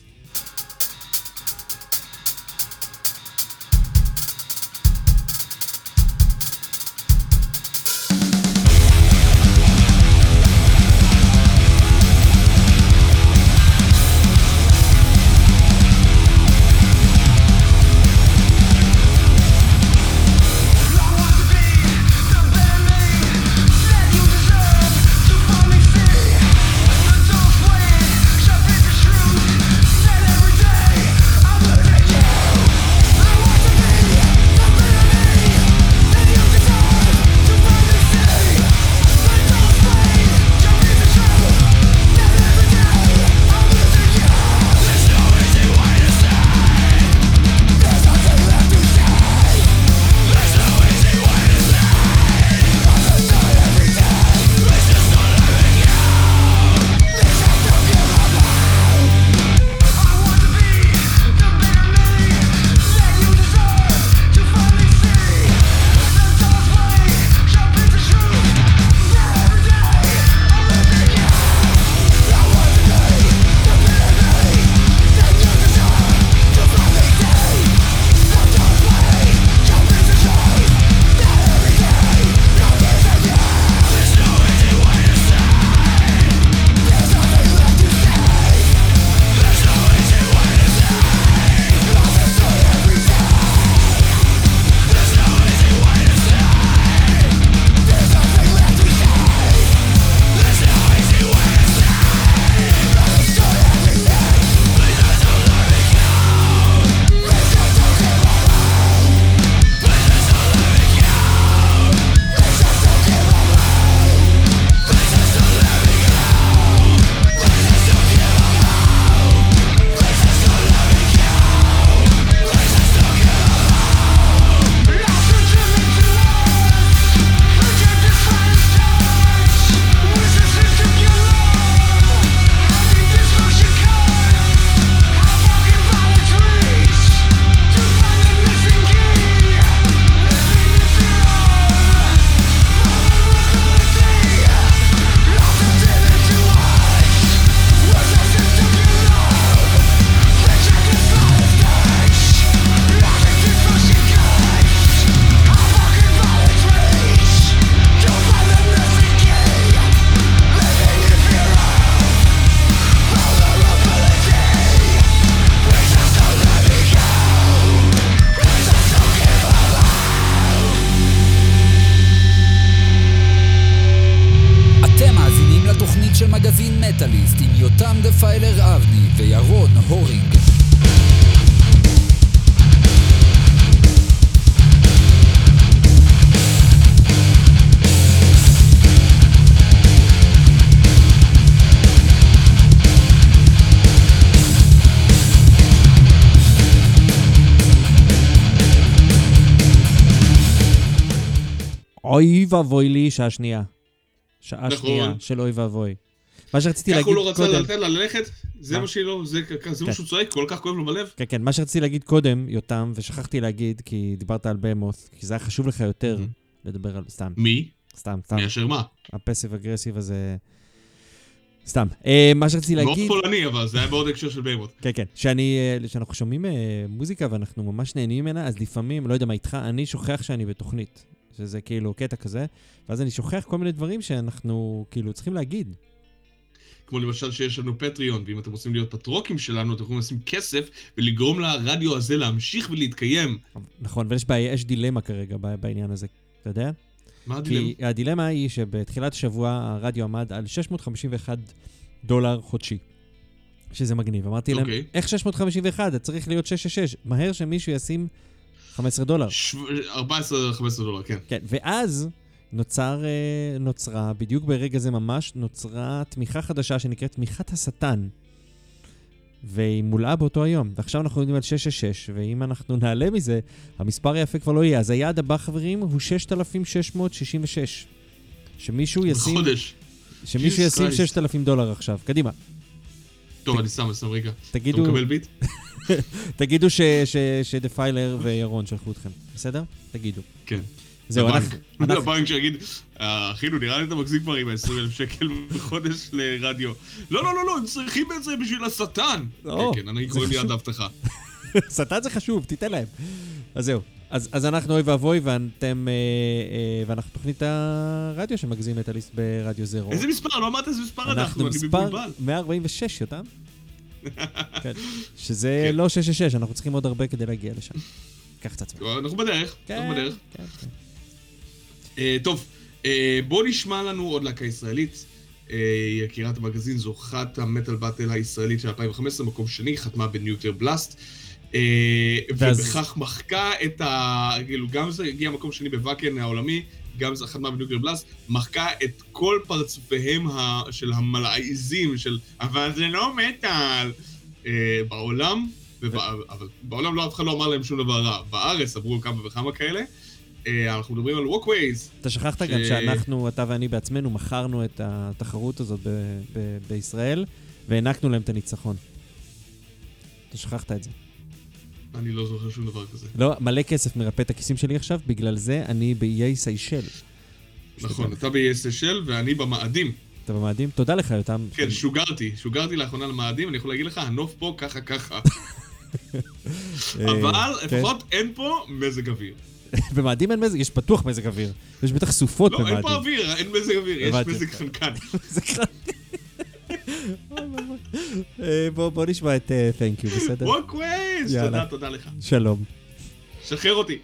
מטאליסט עם יותם דפיילר אבני וירון הורינג. אוי ואבוי לי, שעה שנייה שנייה של אוי ואבוי. מה שרציתי להגיד קודם... כך הוא לא רצה לתת לה ללכת? זה מה שהיא לא... זה מה שהוא צועק, כל כך כואב לו בלב? כן, כן, מה שרציתי להגיד קודם, יותם, ושכחתי להגיד, כי דיברת על בהמות, כי זה היה חשוב לך יותר לדבר על... סתם. מי? סתם. מי אשר מה? הפסיב אגרסיב הזה... סתם. מה שרציתי להגיד... מאוד פולני, אבל זה היה מאוד הקשר של בהמות. כן, כן. שאנחנו שומעים מוזיקה ואנחנו ממש נהנים ממנה, אז לפעמים, לא יודע מה איתך, אני שוכח שאני בתוכנית. שזה כאילו קטע כזה, ואז אני שוכח כל מיני דברים שאנחנו כאילו צריכים להגיד. כמו למשל שיש לנו פטריון, ואם אתם רוצים להיות פטרוקים שלנו, אתם יכולים לשים כסף ולגרום לרדיו הזה להמשיך ולהתקיים. נכון, ויש דילמה כרגע בעניין הזה, אתה יודע? מה הדילמה? כי הדילמה היא שבתחילת השבוע הרדיו עמד על $651 חודשי, שזה מגניב. אמרתי להם, איך 651? זה צריך להיות 666. מהר שמישהו ישים $15. 14-15 דולר, כן. כן, ואז נוצרה, בדיוק ברגע זה ממש, נוצרה תמיכה חדשה שנקראת תמיכת השטן. והיא מולאה באותו היום. ועכשיו אנחנו יודעים על 666, ואם אנחנו נעלה מזה, המספר היפה כבר לא יהיה. אז היעד הבא, חברים, הוא 6,666. שמישהו ישים... בחודש. שמישהו ישים $6,000 עכשיו. קדימה. טוב, אני שם רגע. תגידו... אתה מקבל ביט? תגידו שדפיילר וירון שלחו אתכם. בסדר? תגידו. כן. זהו, לבנק שיגיד, אחינו, נראה לי אתה מחזיק כבר עם 20,000 שקל בחודש לרדיו. לא, הם צריכים את זה בשביל השטן. כן, אני קוראים לי עד להבטחה. שטן זה חשוב, תיתן להם. אז זהו. אז אנחנו אוי ואבוי, ואנחנו תוכנית הרדיו שמגזים את הליסט ברדיו זרו. איזה מספר? לא אמרת איזה מספר אנחנו, אני מספר מבולבל. 146, יותם? כן. שזה לא 666, אנחנו צריכים עוד הרבה כדי להגיע לשם. קח את עצמך. אנחנו בדרך, אנחנו בדרך. כן. טוב, בואו נשמע לנו עוד להקה ישראלית. יקירת המגזין, זוכת המטל באטל הישראלית של 2015, מקום שני, חתמה בניוקלר בלאסט. ובכך מחקה את כאילו, גם זה הגיע מקום שני בוואקן העולמי, גם זה חתמה בניוקלר בלאסט, מחקה את כל פרצופיהם של המלעיזים, של אבל זה לא מטל, בעולם, אבל בעולם לא אף אחד לא אמר להם שום דבר רע. בארץ עברו כמה וכמה כאלה. אנחנו מדברים על Walkways. אתה שכחת גם שאנחנו, אתה ואני בעצמנו, מכרנו את התחרות הזאת בישראל, והענקנו להם את הניצחון. אתה שכחת את זה. אני לא זוכר שום דבר כזה. לא, מלא כסף מרפא את הכיסים שלי עכשיו, בגלל זה אני באיי סיישל. נכון, אתה באיי סיישל ואני במאדים. אתה במאדים? תודה לך, יותם. כן, שוגרתי לאחרונה למאדים, אני יכול להגיד לך, הנוף פה ככה. אבל לפחות אין פה מזג אוויר. במאדים אין מזג, יש פתוח מזג אוויר. יש בטח סופות במאדים. לא, אין פה אוויר, אין מזג אוויר, יש מזג חנקן. בוא נשמע את Thank You, בסדר? Walkways! תודה לך. שלום. שחרר אותי.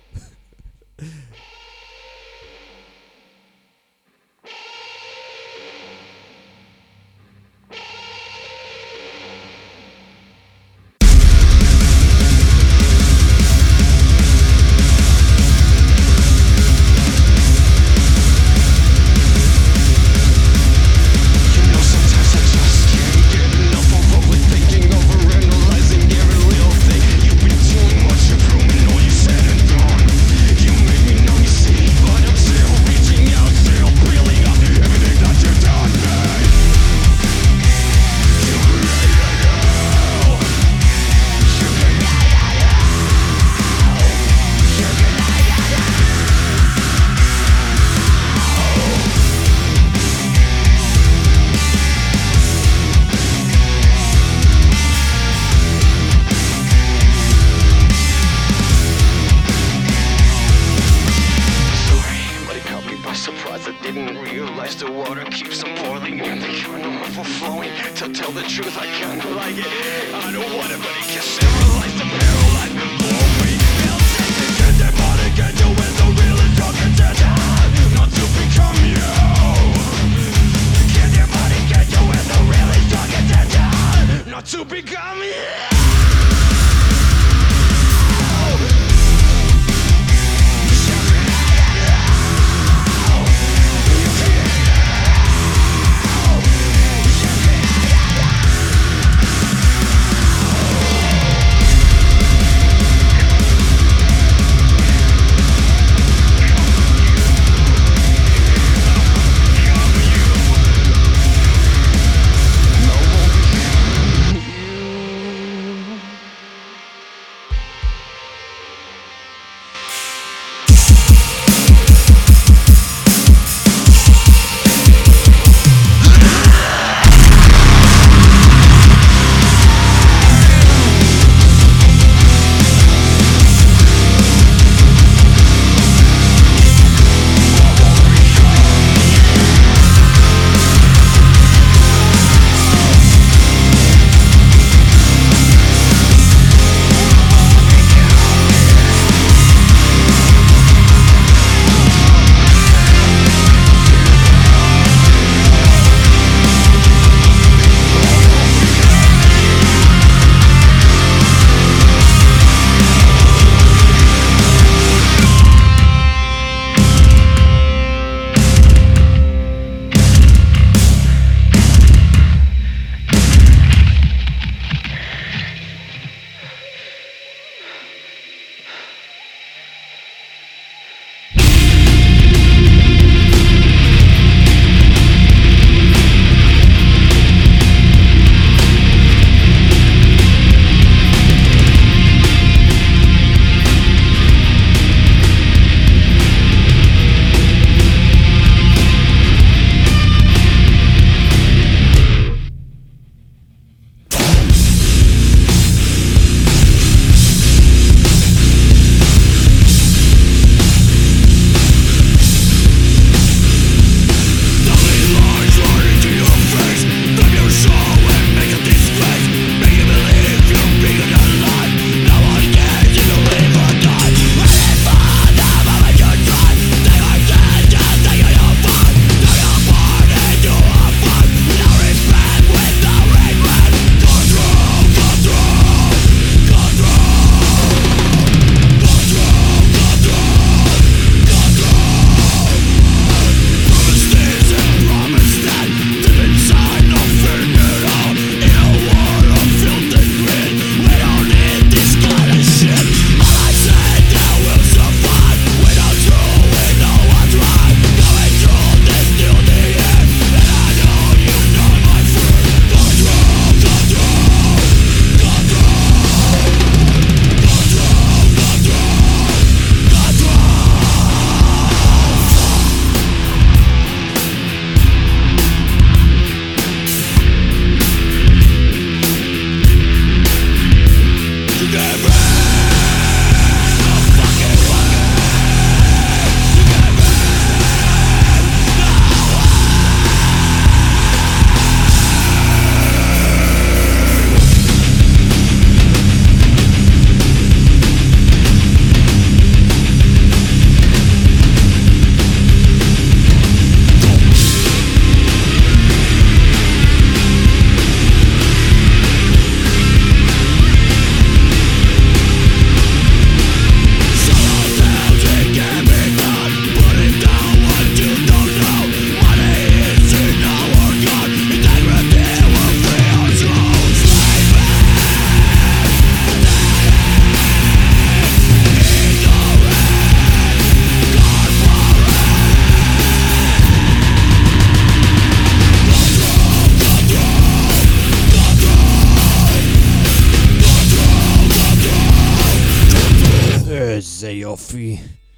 איזה יופי.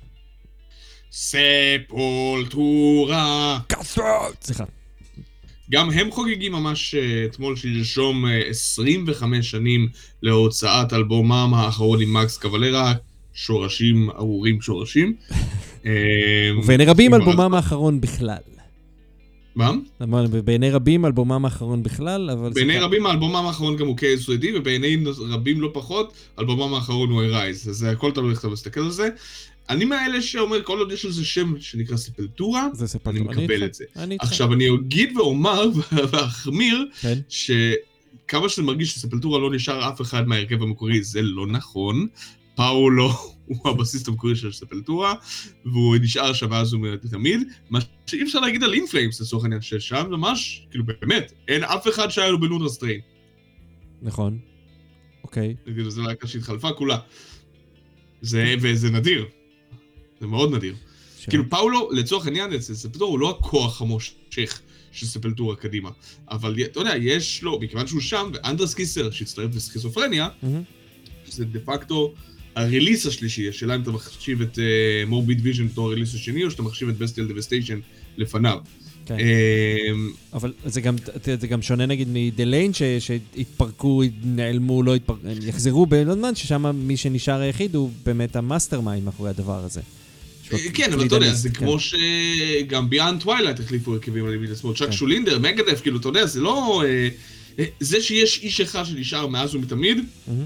ספולטורה. סליחה. גם הם חוגגים ממש אתמול שלשום 25 שנים להוצאת אלבומם האחרון עם מקס קוולרה, שורשים ארורים שורשים. ובעיני רבים אלבומם האחרון בכלל. מה? בעיני רבים אלבומם האחרון בכלל, אבל... בעיני רבים האלבומם האחרון גם הוא KSOD, ובעיני רבים לא פחות, אלבומם האחרון הוא Arise. אז הכל תלוי איך אתה מסתכל על זה. אני מהאלה שאומר, כל עוד יש לזה שם שנקרא ספלטורה, אני מקבל את זה. עכשיו, אני אגיד ואומר ואחמיר, שכמה שאני מרגיש שספלטורה לא נשאר אף אחד מהרכב המקורי, זה לא נכון. פאולו הוא הבסיסט המקורי של ספלטורה, והוא נשאר שם אז הוא תמיד. מה שאי אפשר להגיד על אינפליימס, לצורך העניין ששם, ממש, כאילו באמת, אין אף אחד שהיה לו בלונר סטריין. נכון. אוקיי. זה להקה שהתחלפה כולה. וזה נדיר. זה מאוד נדיר. כאילו פאולו, לצורך העניין, ספלטורה הוא לא הכוח המושך של ספלטורה קדימה. אבל אתה יודע, יש לו, מכיוון שהוא שם, ואנדרס קיסר שהצטרף לסכיזופרניה, שזה דה פקטו הריליס השלישי, השאלה אם אתה מחשיב את מורביד ויז'ן בתור הריליס השני, או שאתה מחשיב את בסטיאל דבסטיישן לפניו. אבל זה גם שונה נגיד מדליין שהתפרקו, נעלמו, לא התפרקו, יחזרו בלונדמן, ששם מי שנשאר היחיד הוא באמת המאסטר מיינד מאחורי הדבר הזה. כן, אבל אתה יודע, זה כמו שגם ביאנד טווילייט החליפו הרכבים על ימין לשמאל, צ'אק שולינדר, מגדף, כאילו, אתה יודע, זה לא... זה שיש איש אחד שנשאר מאז ומתמיד,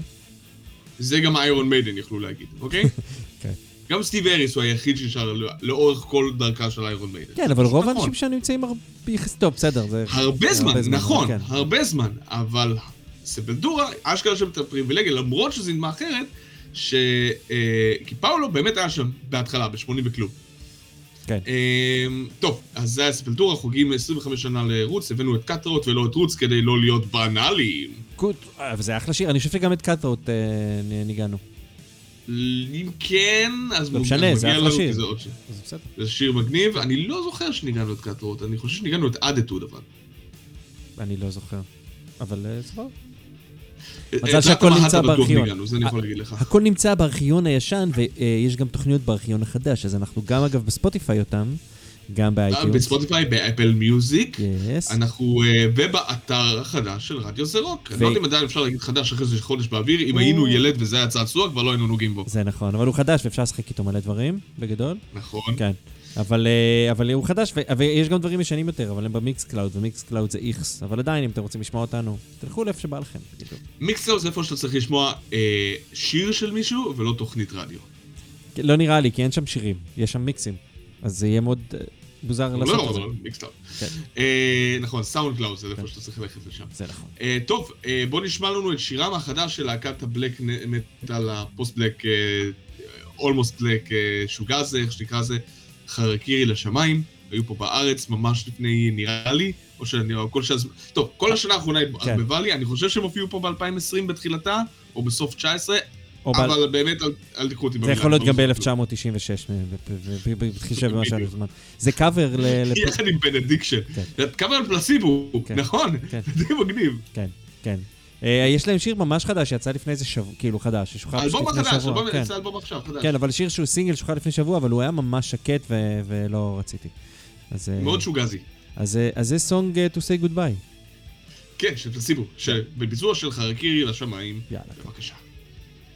זה גם איירון מיידן יכלו להגיד, אוקיי? כן. גם סטיב אריס הוא היחיד שנשאר לאורך כל דרכה של איירון מיידן. כן, אבל רוב האנשים שנמצאים יחסית טוב, בסדר. הרבה זמן, נכון, הרבה זמן, אבל ספלטורה, אשכרה שם את הפריבילגיה, למרות שזה נדמה אחרת, כי פאולו באמת היה שם בהתחלה, ב-80 וכלום. כן. טוב, אז זה היה ספלטורה, חוגגים 25 שנה לרוץ, הבאנו את קאטרוט ולא את רוץ כדי לא להיות בנאליים. וזה אחלה שיר, אני חושב שגם את קאטרוט ניגענו. אם כן, אז לא משנה, זה אחלה שיר. זה שיר מגניב, אני לא זוכר שניגענו את קאטרוט, אני חושב שניגענו את אדטוד אבל. אני לא זוכר, אבל סבבה. מזל שהכל נמצא בארכיון. הכל נמצא בארכיון הישן, ויש גם תוכניות בארכיון החדש, אז אנחנו גם אגב בספוטיפיי אותם, גם באייטיונס. בספוטיפיי, באפל מיוזיק, אנחנו ובאתר החדש של רדיו זה רוק. אני לא יודע אם עדיין אפשר להגיד חדש אחרי זה חודש באוויר, אם היינו ילד וזה היה צעצוע, כבר לא היינו נוגעים בו. זה נכון, אבל הוא חדש ואפשר לשחק איתו מלא דברים, בגדול. נכון. כן. אבל הוא חדש, ויש גם דברים ישנים יותר, אבל הם במיקס קלאוד, ומיקס קלאוד זה איכס, אבל עדיין, אם אתם רוצים לשמוע אותנו, תלכו לאיפה שבא לכם. מיקס קלאוד זה איפה שאתה צריך לשמוע שיר של מישהו, ולא תוכנית רדיו. לא נראה לי, כי אין שם שירים, יש שם מיקסים, אז זה יהיה מאוד מוזר לעשות את זה. לא, מיקס קלאוד. נכון, סאונד קלאוד זה איפה שאתה צריך ללכת לשם. זה נכון. טוב, בוא נשמע לנו את שירם החדש של להקת הבלק מטל, הפוסט-בלק, אולמוסט בלק, שוגזה, איך שנקרא זה. חרקירי לשמיים, היו פה בארץ ממש לפני נראה לי, או שאני כל שנה... טוב, כל השנה האחרונה התערבבה לי, אני חושב שהם הופיעו פה ב-2020 בתחילתה, או בסוף 19, אבל באמת אל תקחו אותי במילה. זה יכול להיות גם ב-1996, בתחישב במה שהיה לזמן. זה קאבר יחד עם בנדיקשן. קאבר על פלסיבו, נכון? זה מגניב. כן, כן. יש להם שיר ממש חדש שיצא לפני איזה שבוע, כאילו חדש. אלבום החדש, אלבום עכשיו חדש. כן, אבל שיר שהוא סינגל שוחרר לפני שבוע, אבל הוא היה ממש שקט ולא רציתי. מאוד שוגזי. אז זה סונג to say goodbye. כן, של פלסיבו, בביצוע של חרקירי לשמיים. יאללה. בבקשה.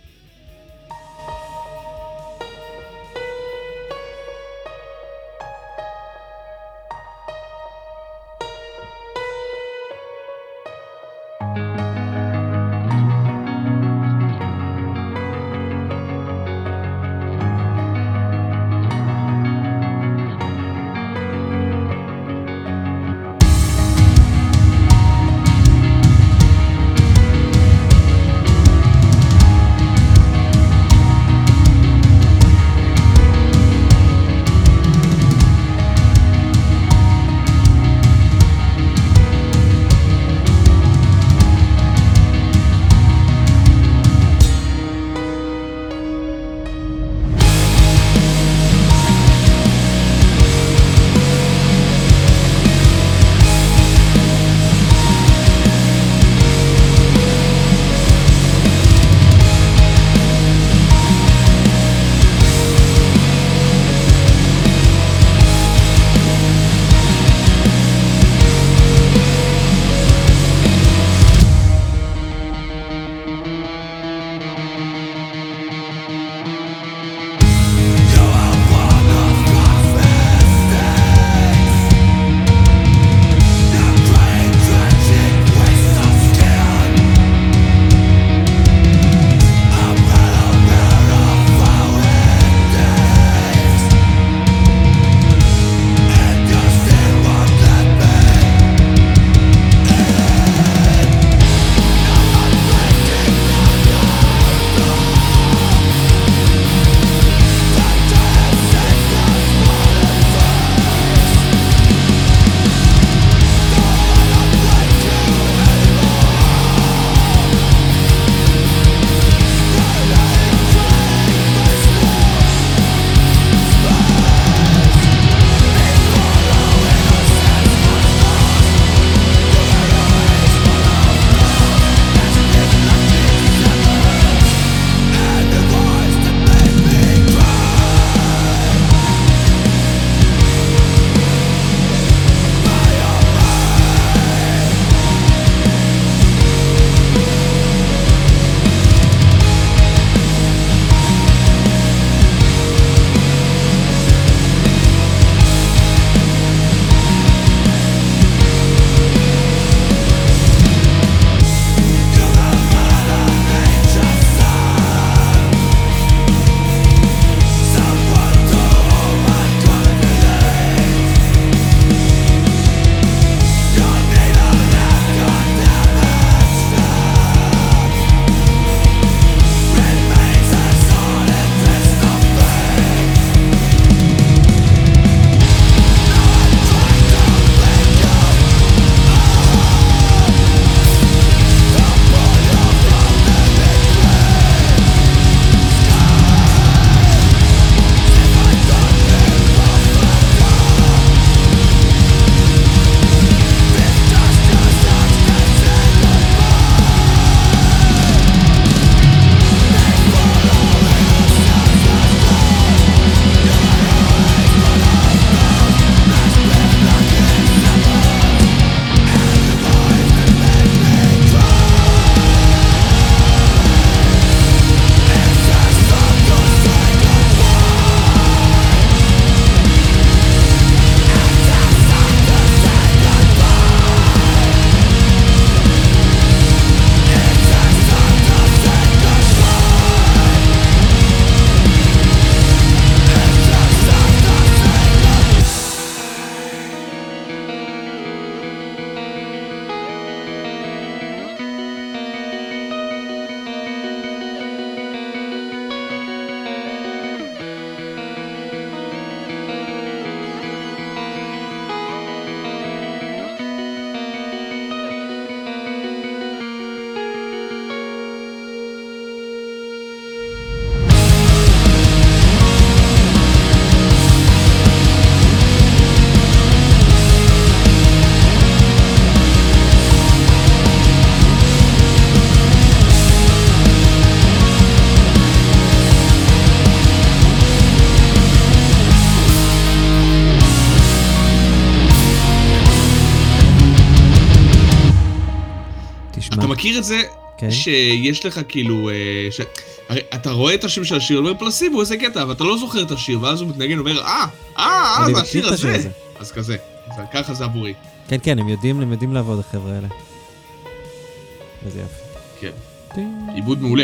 מכיר את זה כן. שיש לך כאילו, הרי אתה רואה את השם של השיר, אומר פלסיבו, איזה קטע, אבל אתה לא זוכר את השיר, ואז הוא מתנגן ואומר, זה השיר הזה. אז כזה, ככה זה עבורי. כן, כן, הם יודעים לעבוד החבר'ה האלה. וזה יפה. כן. עיבוד מעולה.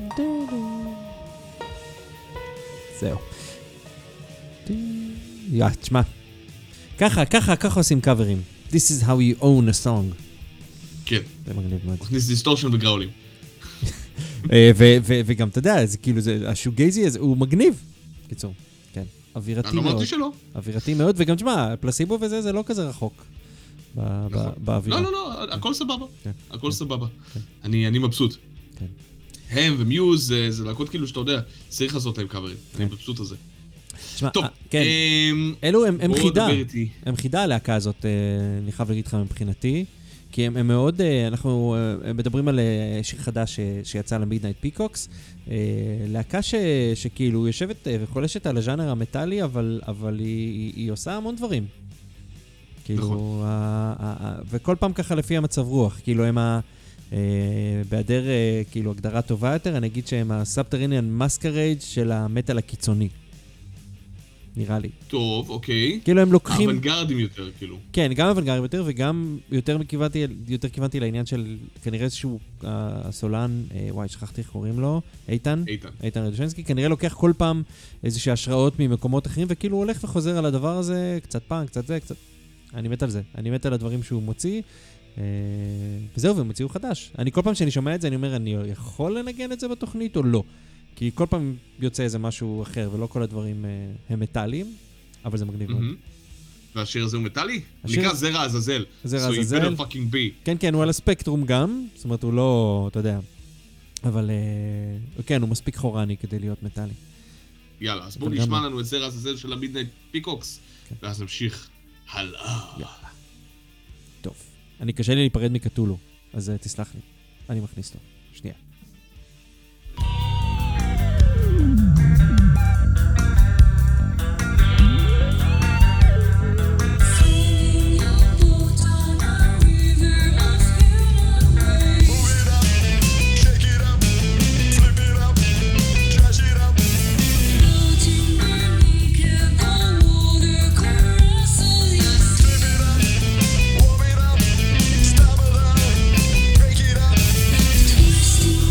זהו. תשמע. ככה עושים קאברים. This is how you own a song. כן. זה מגניב מאוד. מכניס דיסטורשן וגראולים. וגם, אתה יודע, זה כאילו, השוגייזי הזה, הוא מגניב. קיצור, כן. אווירתי מאוד. אני אמרתי שלא. אווירתי מאוד, וגם, תשמע, פלסיבו וזה, זה לא כזה רחוק. באווירה. לא, הכל סבבה. הכל סבבה. אני מבסוט. הם ומיוז, זה להקות כאילו שאתה יודע, צריך לעשות להם קאברים. אני מבסוט על זה. טוב, כן. אלו הם חידה. הם חידה הלהקה הזאת, אני חייב להגיד לך מבחינתי. כי הם מאוד, אנחנו מדברים על שיר חדש שיצא למידנייט פיקוקס, להקה שכאילו יושבת וחולשת על הז'אנר המטאלי, אבל היא עושה המון דברים. כאילו, וכל פעם ככה לפי המצב רוח, כאילו הם בהיעדר כאילו הגדרה טובה יותר, אני אגיד שהם הסאבטריניאן מסקרייד של המטאל הקיצוני. נראה לי. טוב, אוקיי. כאילו הם לוקחים... אוונגרדים יותר, כאילו. כן, גם אוונגרדים יותר, וגם יותר כיוונתי לעניין של כנראה איזשהו הסולן, וואי, שכחתי איך קוראים לו, איתן רדושנסקי, כנראה לוקח כל פעם איזושהי השראות ממקומות אחרים, וכאילו הוא הולך וחוזר על הדבר הזה, קצת פאנק, קצת זה, קצת... אני מת על זה. אני מת על הדברים שהוא מוציא, וזהו, והם הוציאו חדש. אני כל פעם שאני שומע את זה, אני אומר, אני יכול לנגן את זה בתוכנית או לא? כי כל פעם יוצא איזה משהו אחר, ולא כל הדברים הם מטאליים, אבל זה מגניב מאוד. והשיר הזה הוא מטאלי? נקרא זרע עזאזל. זרע עזאזל. So you better fucking be. כן, כן, הוא על הספקטרום גם, זאת אומרת, הוא לא, אתה יודע, אבל כן, הוא מספיק חורני כדי להיות מטאלי. יאללה, אז בואו נשמע לנו את זרע עזאזל של המידנייט פיקוקס, ואז נמשיך הלאה. טוב, אני קשה לי להיפרד מקטולו, אז תסלח לי, אני מכניס אותו. שנייה. Twisting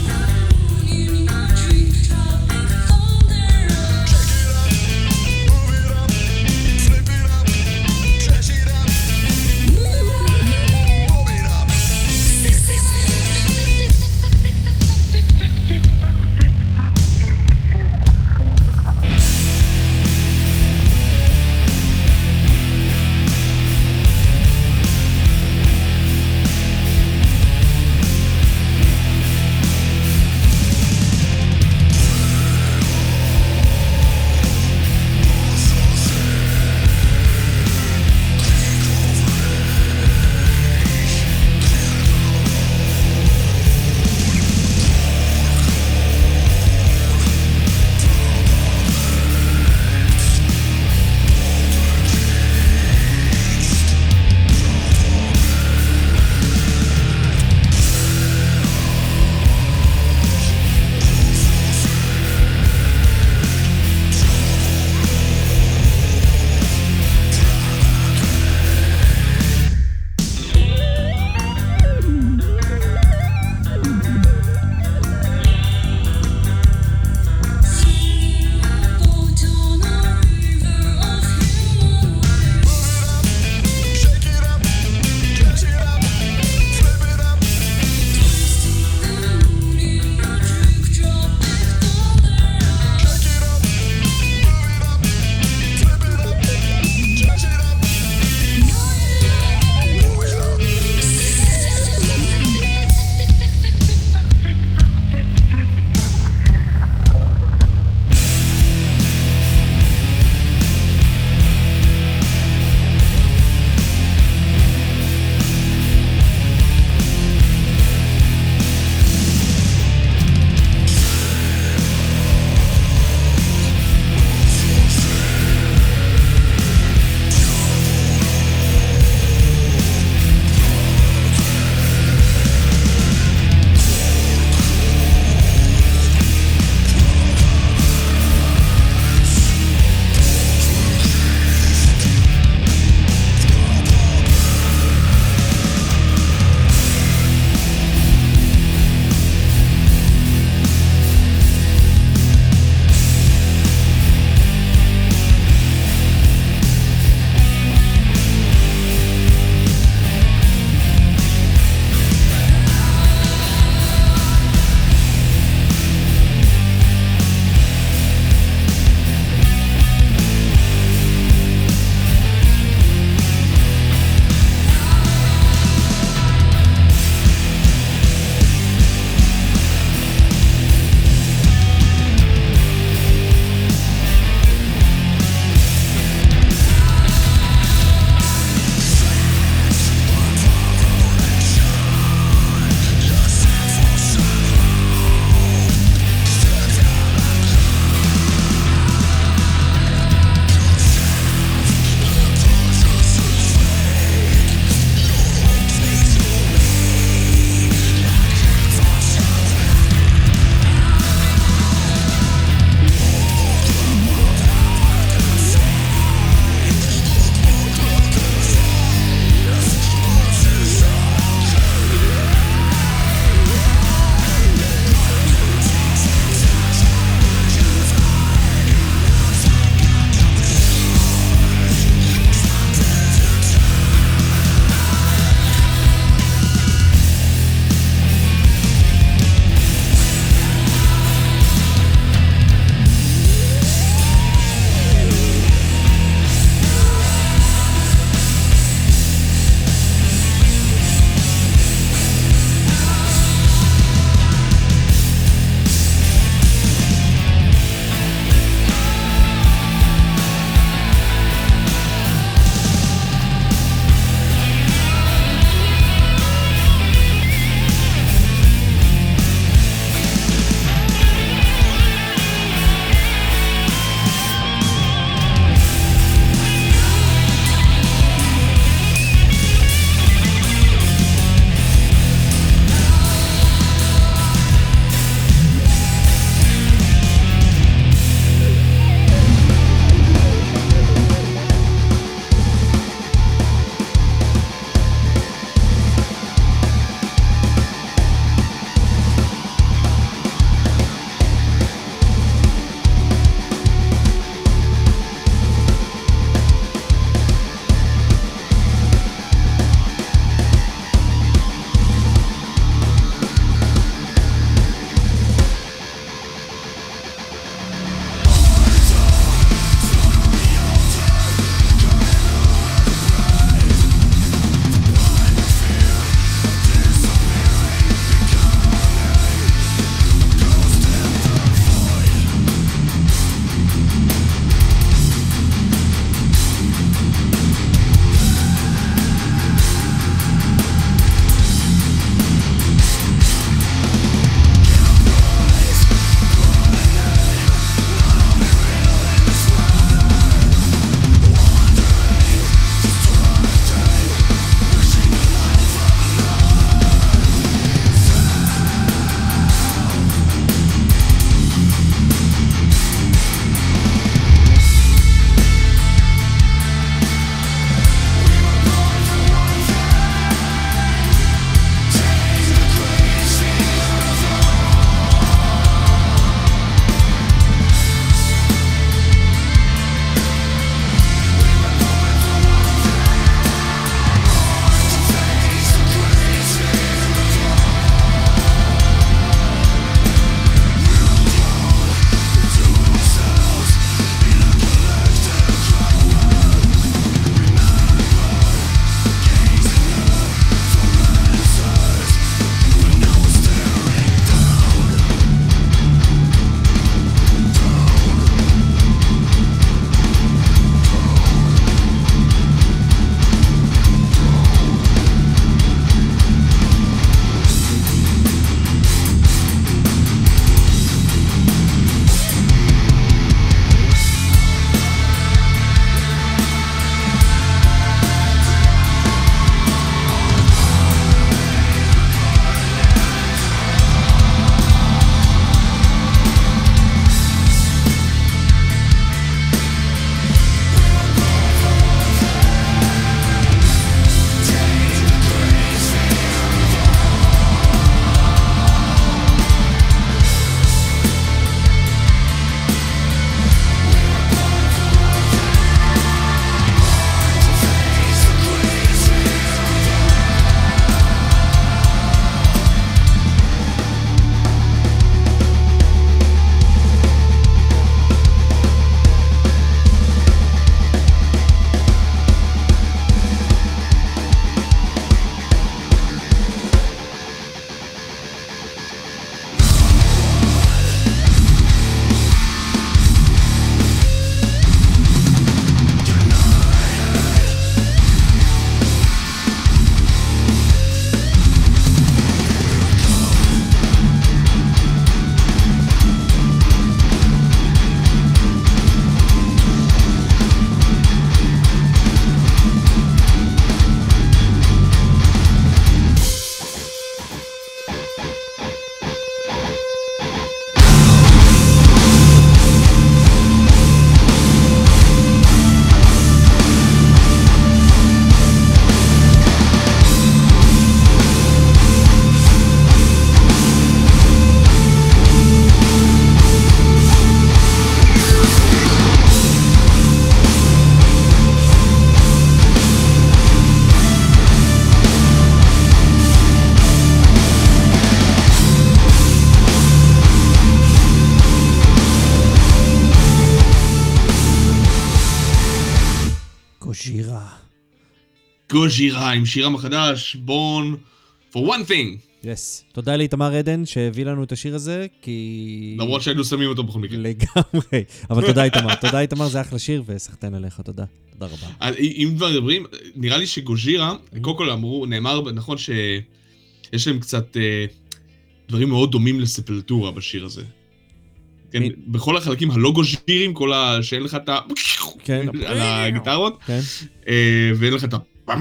גוז'ירה עם שירם החדש, Born for one thing. יס. תודה לאיתמר עדן שהביא לנו את השיר הזה, כי... למרות שהיינו שמים אותו בכל מקרה. לגמרי. אבל תודה איתמר. תודה איתמר, זה אחלה שיר, וסחטן עליך, תודה. תודה רבה. אם כבר מדברים, נראה לי שגוז'ירה, קודם כל נאמר, נכון שיש להם קצת דברים מאוד דומים לספלטורה בשיר הזה. כן, בכל החלקים הלא גוז'ירים, כל שאין לך את ה... כן. על הגיטרות, ואין לך את ה...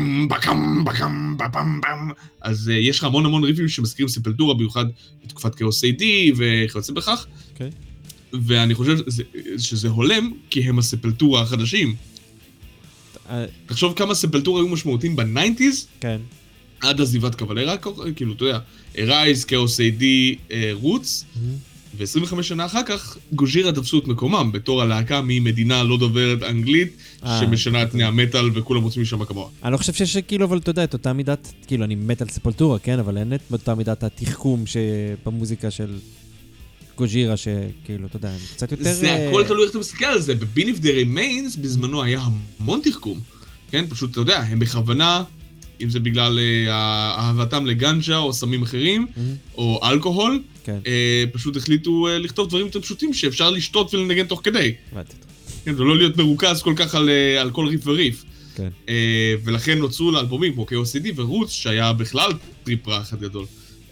אז יש לך המון ריפים שמזכירים ספלטורה, במיוחד בתקופת כאוס AD וכיוצא בכך. ואני חושב שזה הולם, כי הם הספלטורה החדשים. תחשוב כמה ספלטורה היו משמעותיים ב-90s, כן. עד עזיבת קבלרה, כאילו, אתה יודע, ארייז, כאוס AD, רוץ, ו-25 שנה אחר כך, גוז'ירה תפסו את מקומם, בתור הלהקה ממדינה לא דוברת אנגלית, שמשנה את פני המטל, וכולם רוצים משם כמוה. אני לא חושב שיש כאילו, אבל אתה יודע, את אותה מידת, כאילו, אני מת על ספלטורה, כן, אבל אין את אותה מידת התחכום שבמוזיקה של גוז'ירה, שכאילו, אתה יודע, קצת יותר... זה הכל תלוי איך אתה מסתכל על זה, ב-Beneath the Remains, בזמנו היה המון תחכום, כן, פשוט, אתה יודע, הם בכוונה... אם זה בגלל אהבתם לגנג'ה או סמים אחרים, או אלכוהול, פשוט החליטו לכתוב דברים יותר פשוטים שאפשר לשתות ולנגן תוך כדי. ולא להיות מרוכז כל כך על כל ריף וריף. ולכן נוצרו לאלבומים כמו KOCD ורוץ, שהיה בכלל טריפ רע אחד גדול.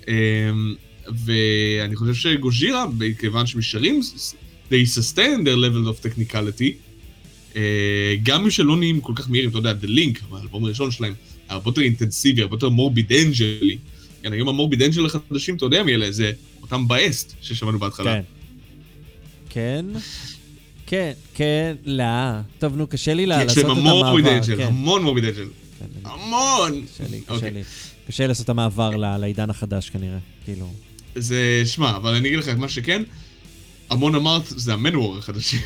ואני חושב שגוז'ירה, כיוון שמשרים, they sustain their level of technicality, גם אם שלא נהיים כל כך מהירים, אתה יודע, The Link, האלבום הראשון שלהם, הרבה יותר אינטנסיבי, הרבה יותר מורביד אנג'לי. כן, היום המורביד אנג'ל החדשים, אתה יודע מי אלה, זה אותם באסט ששמענו בהתחלה. כן. כן, כן, לא. טוב, נו, קשה לי לעשות את המעבר. המון מורביד אנג'ל. המון! קשה לעשות את המעבר לעידן החדש כנראה, כאילו. זה, שמע, אבל אני אגיד לך מה שכן, המון אמרת, זה המנוור החדשים.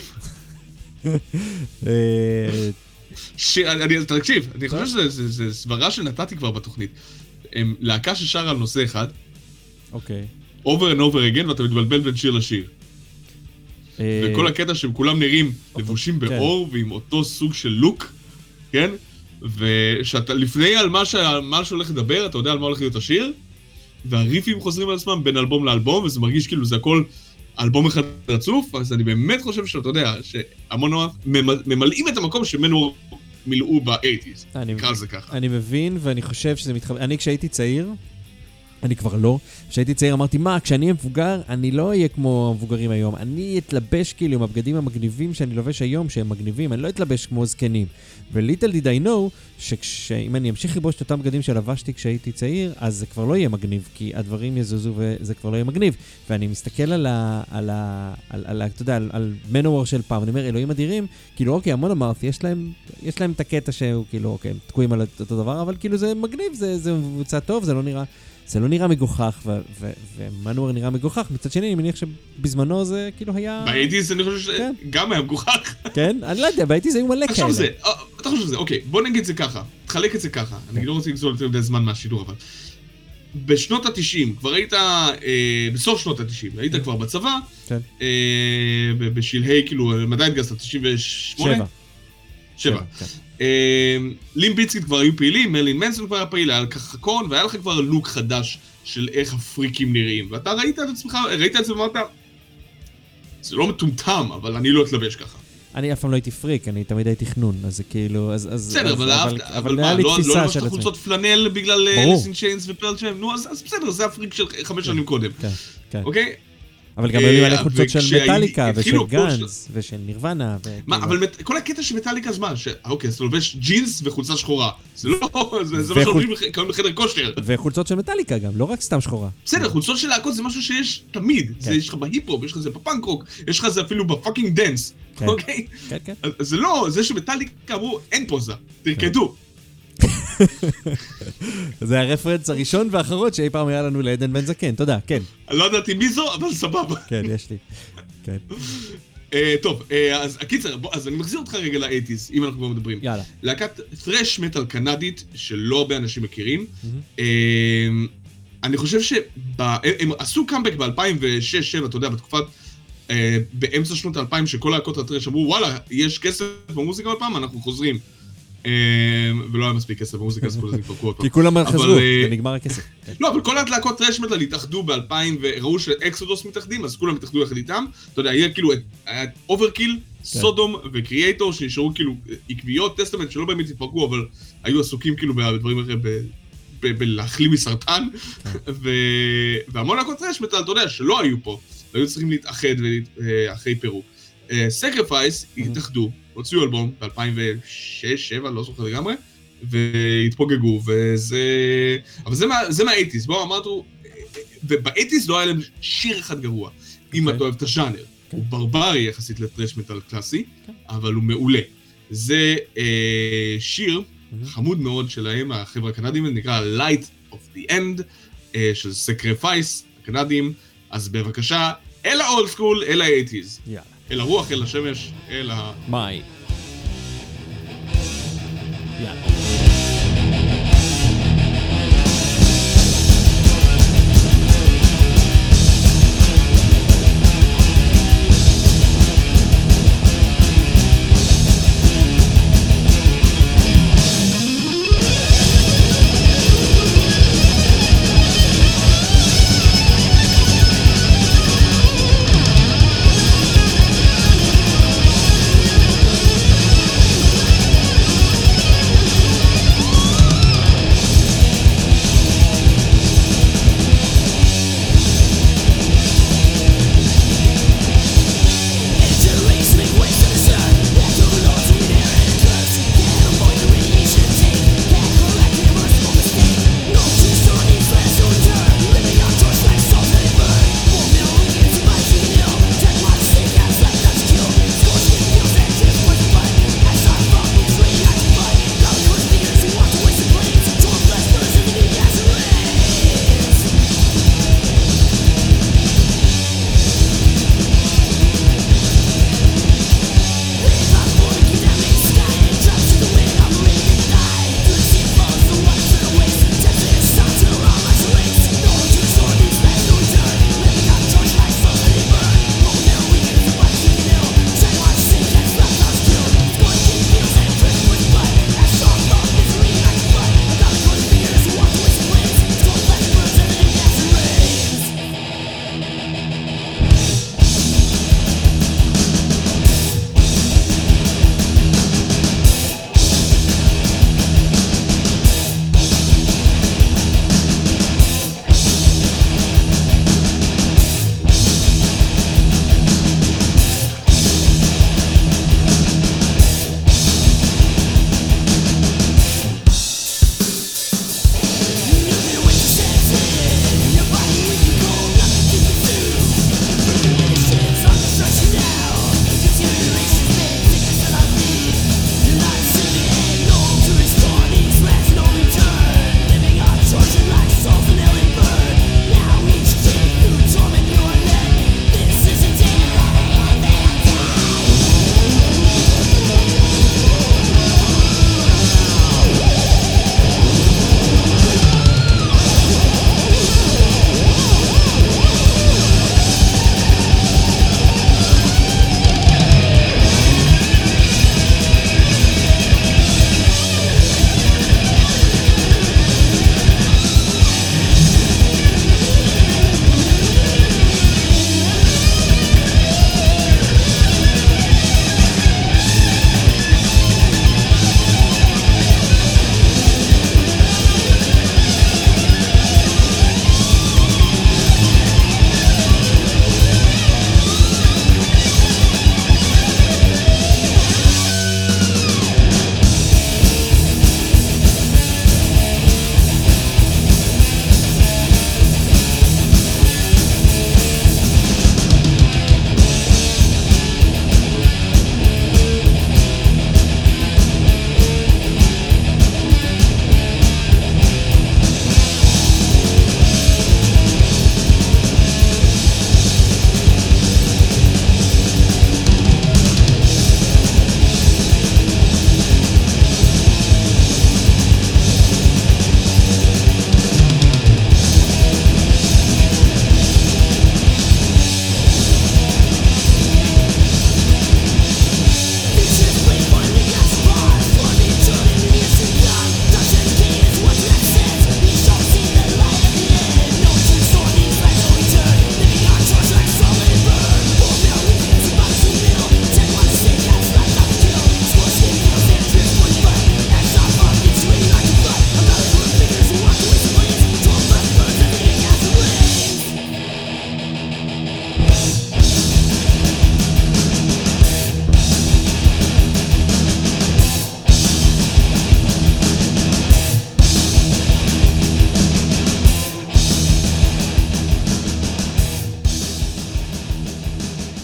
תקשיב, אני חושב שזה סברה שנתתי כבר בתוכנית. להקה ששרה על נושא אחד, אוקיי. over and over again, ואתה מתבלבל בין שיר לשיר. וכל הקטע שהם כולם נראים לבושים באור, ועם אותו סוג של לוק, כן? ושאתה לפני על מה שהולך לדבר, אתה יודע על מה הולך להיות השיר, והריפים חוזרים על עצמם בין אלבום לאלבום, וזה מרגיש כאילו זה הכל אלבום אחד רצוף, אז אני באמת חושב שאתה יודע, שהמון ממלאים את המקום שמנו מילאו ב-80s. נקרא על זה ככה. אני מבין, ואני חושב שזה מתחבר. אני כשהייתי צעיר, אני כבר לא, כשהייתי צעיר אמרתי, מה, כשאני אהיה מבוגר, אני לא אהיה כמו המבוגרים היום. אני אתלבש כאילו עם הבגדים המגניבים שאני לובש היום, שהם מגניבים, אני לא אתלבש כמו זקנים. וליטל דיד I know, שאם אני אמשיך לבוש את אותם בגדים שלבשתי כשהייתי צעיר, אז זה כבר לא יהיה מגניב, כי הדברים יזוזו וזה כבר לא יהיה מגניב. ואני מסתכל אתה יודע, על מנוור של פעם, אני אומר, אלוהים אדירים, כאילו, אוקיי, המון אמרתי, יש להם את הקטע שהוא, כאילו, אוקיי, תקועים על אותו דבר, אבל כאילו זה מגניב, זה מבוצע טוב, זה לא נראה מגוחך, ומנוור נראה מגוחך. מצד שני, אני מניח שבזמנו זה כאילו היה... באייטיז אני חושב שגם היה מגוחך. כן? אני לא יודע, באייטיז היו מלא כאלה. אתה חושב שזה, אוקיי, בוא נגיד את זה ככה, תחלק את זה ככה, אני לא רוצה לגזול יותר מדי זמן מהשידור, אבל... בשנות ה-90, כבר היית, בסוף שנות ה-90, היית כבר בצבא, בשלהי, כאילו, מתי התגייסת? 98? 7. לים ביצקית כבר היו פעילים, מרלין מנסון כבר היה פעיל, היה לך חכון, והיה לך כבר לוק חדש של איך הפריקים נראים. ואתה ראית את עצמך, ראית את זה ואמרת, זה לא מטומטם, אבל אני לא אתלבש ככה. אני אף פעם לא הייתי פריק, אני תמיד הייתי תכנון, אז כאילו, בסדר, אבל מה, לא לבש את החולצות פלנל בגלל ליסין צ'יינס ופרל צ'יינס, נו, אז בסדר, זה הפריק של 5 שנים קודם, אוקיי? אבל גם היו מלא חולצות של מטליקה ושל גאנס ושל נירוונה. מה, אבל כל הקטע של מטליקה זה מה? אוקיי, אז אתה לובש ג'ינס וחולצה שחורה. זה לא, זה מה שאומרים בחדר כושר. וחולצות של מטליקה גם, לא רק סתם שחורה. בסדר, חולצות של להקות זה משהו שיש תמיד. יש לך בהיפ-הופ, יש לך זה בפאנק רוק, יש לך זה אפילו בפאקינג דנס. אוקיי? כן, כן. זה לא, זה שמטליקה אמרו, אין פוזה, תרקדו. זה הרפרנס הראשון והאחרון שאי פעם היה לנו לעדן בן זקן, תודה, כן. אני לא ידעתי מי זו, אבל סבבה. כן, יש לי. כן. טוב, אז הקיצר, אז אני מחזיר אותך רגע ל-80s, אם אנחנו כבר מדברים. יאללה. להקת thrash metal קנדית, שלא הרבה אנשים מכירים. אני חושב שהם עשו קאמבק ב-2006-2007, אתה יודע, בתקופת, באמצע שנות ה-2000, שכל להקות הטרש אמרו, וואלה, יש כסף במוזיקה עוד פעם, אנחנו חוזרים. ולא היה מספיק כסף במוזיקה, אז כולם התפרקו אותו. כי כולם חזרו, ונגמר הכסף. לא, אבל כל הלהקות טרש מטל התאחדו ב-2000 וראו שאקסודוס מתאחדים, אז כולם התאחדו יחד איתם. אתה יודע, היה כאילו אוברקיל, סודום וקריאטור שנשארו כאילו עקביות, טסטמנט שלא באמת התפרקו, אבל היו עסוקים כאילו בדברים אחרים, בלהחלים מסרטן, והמון להקות טרש מטל, אתה יודע, שלא היו פה, והיו צריכים להתאחד אחרי פירוק. סקריפייס התאחדו, הוציאו אלבום ב-2006-2007, לא זוכר לגמרי, והתפוגגו, וזה... אבל זה מה-80s, בואו אמרנו, וב-80s לא היה להם שיר אחד גרוע, אם אתה אוהב את הז'אנר. הוא ברברי יחסית לטרש מטל קלאסי, אבל הוא מעולה. זה שיר חמוד מאוד שלהם, החבר'ה הקנדים, נקרא Light of the End, של סקריפייס, הקנדים, אז בבקשה, אל האולד סקול, אל ה-80s. יאללה. אל הרוח, אל השמש, אל ה... מאי. יאללה.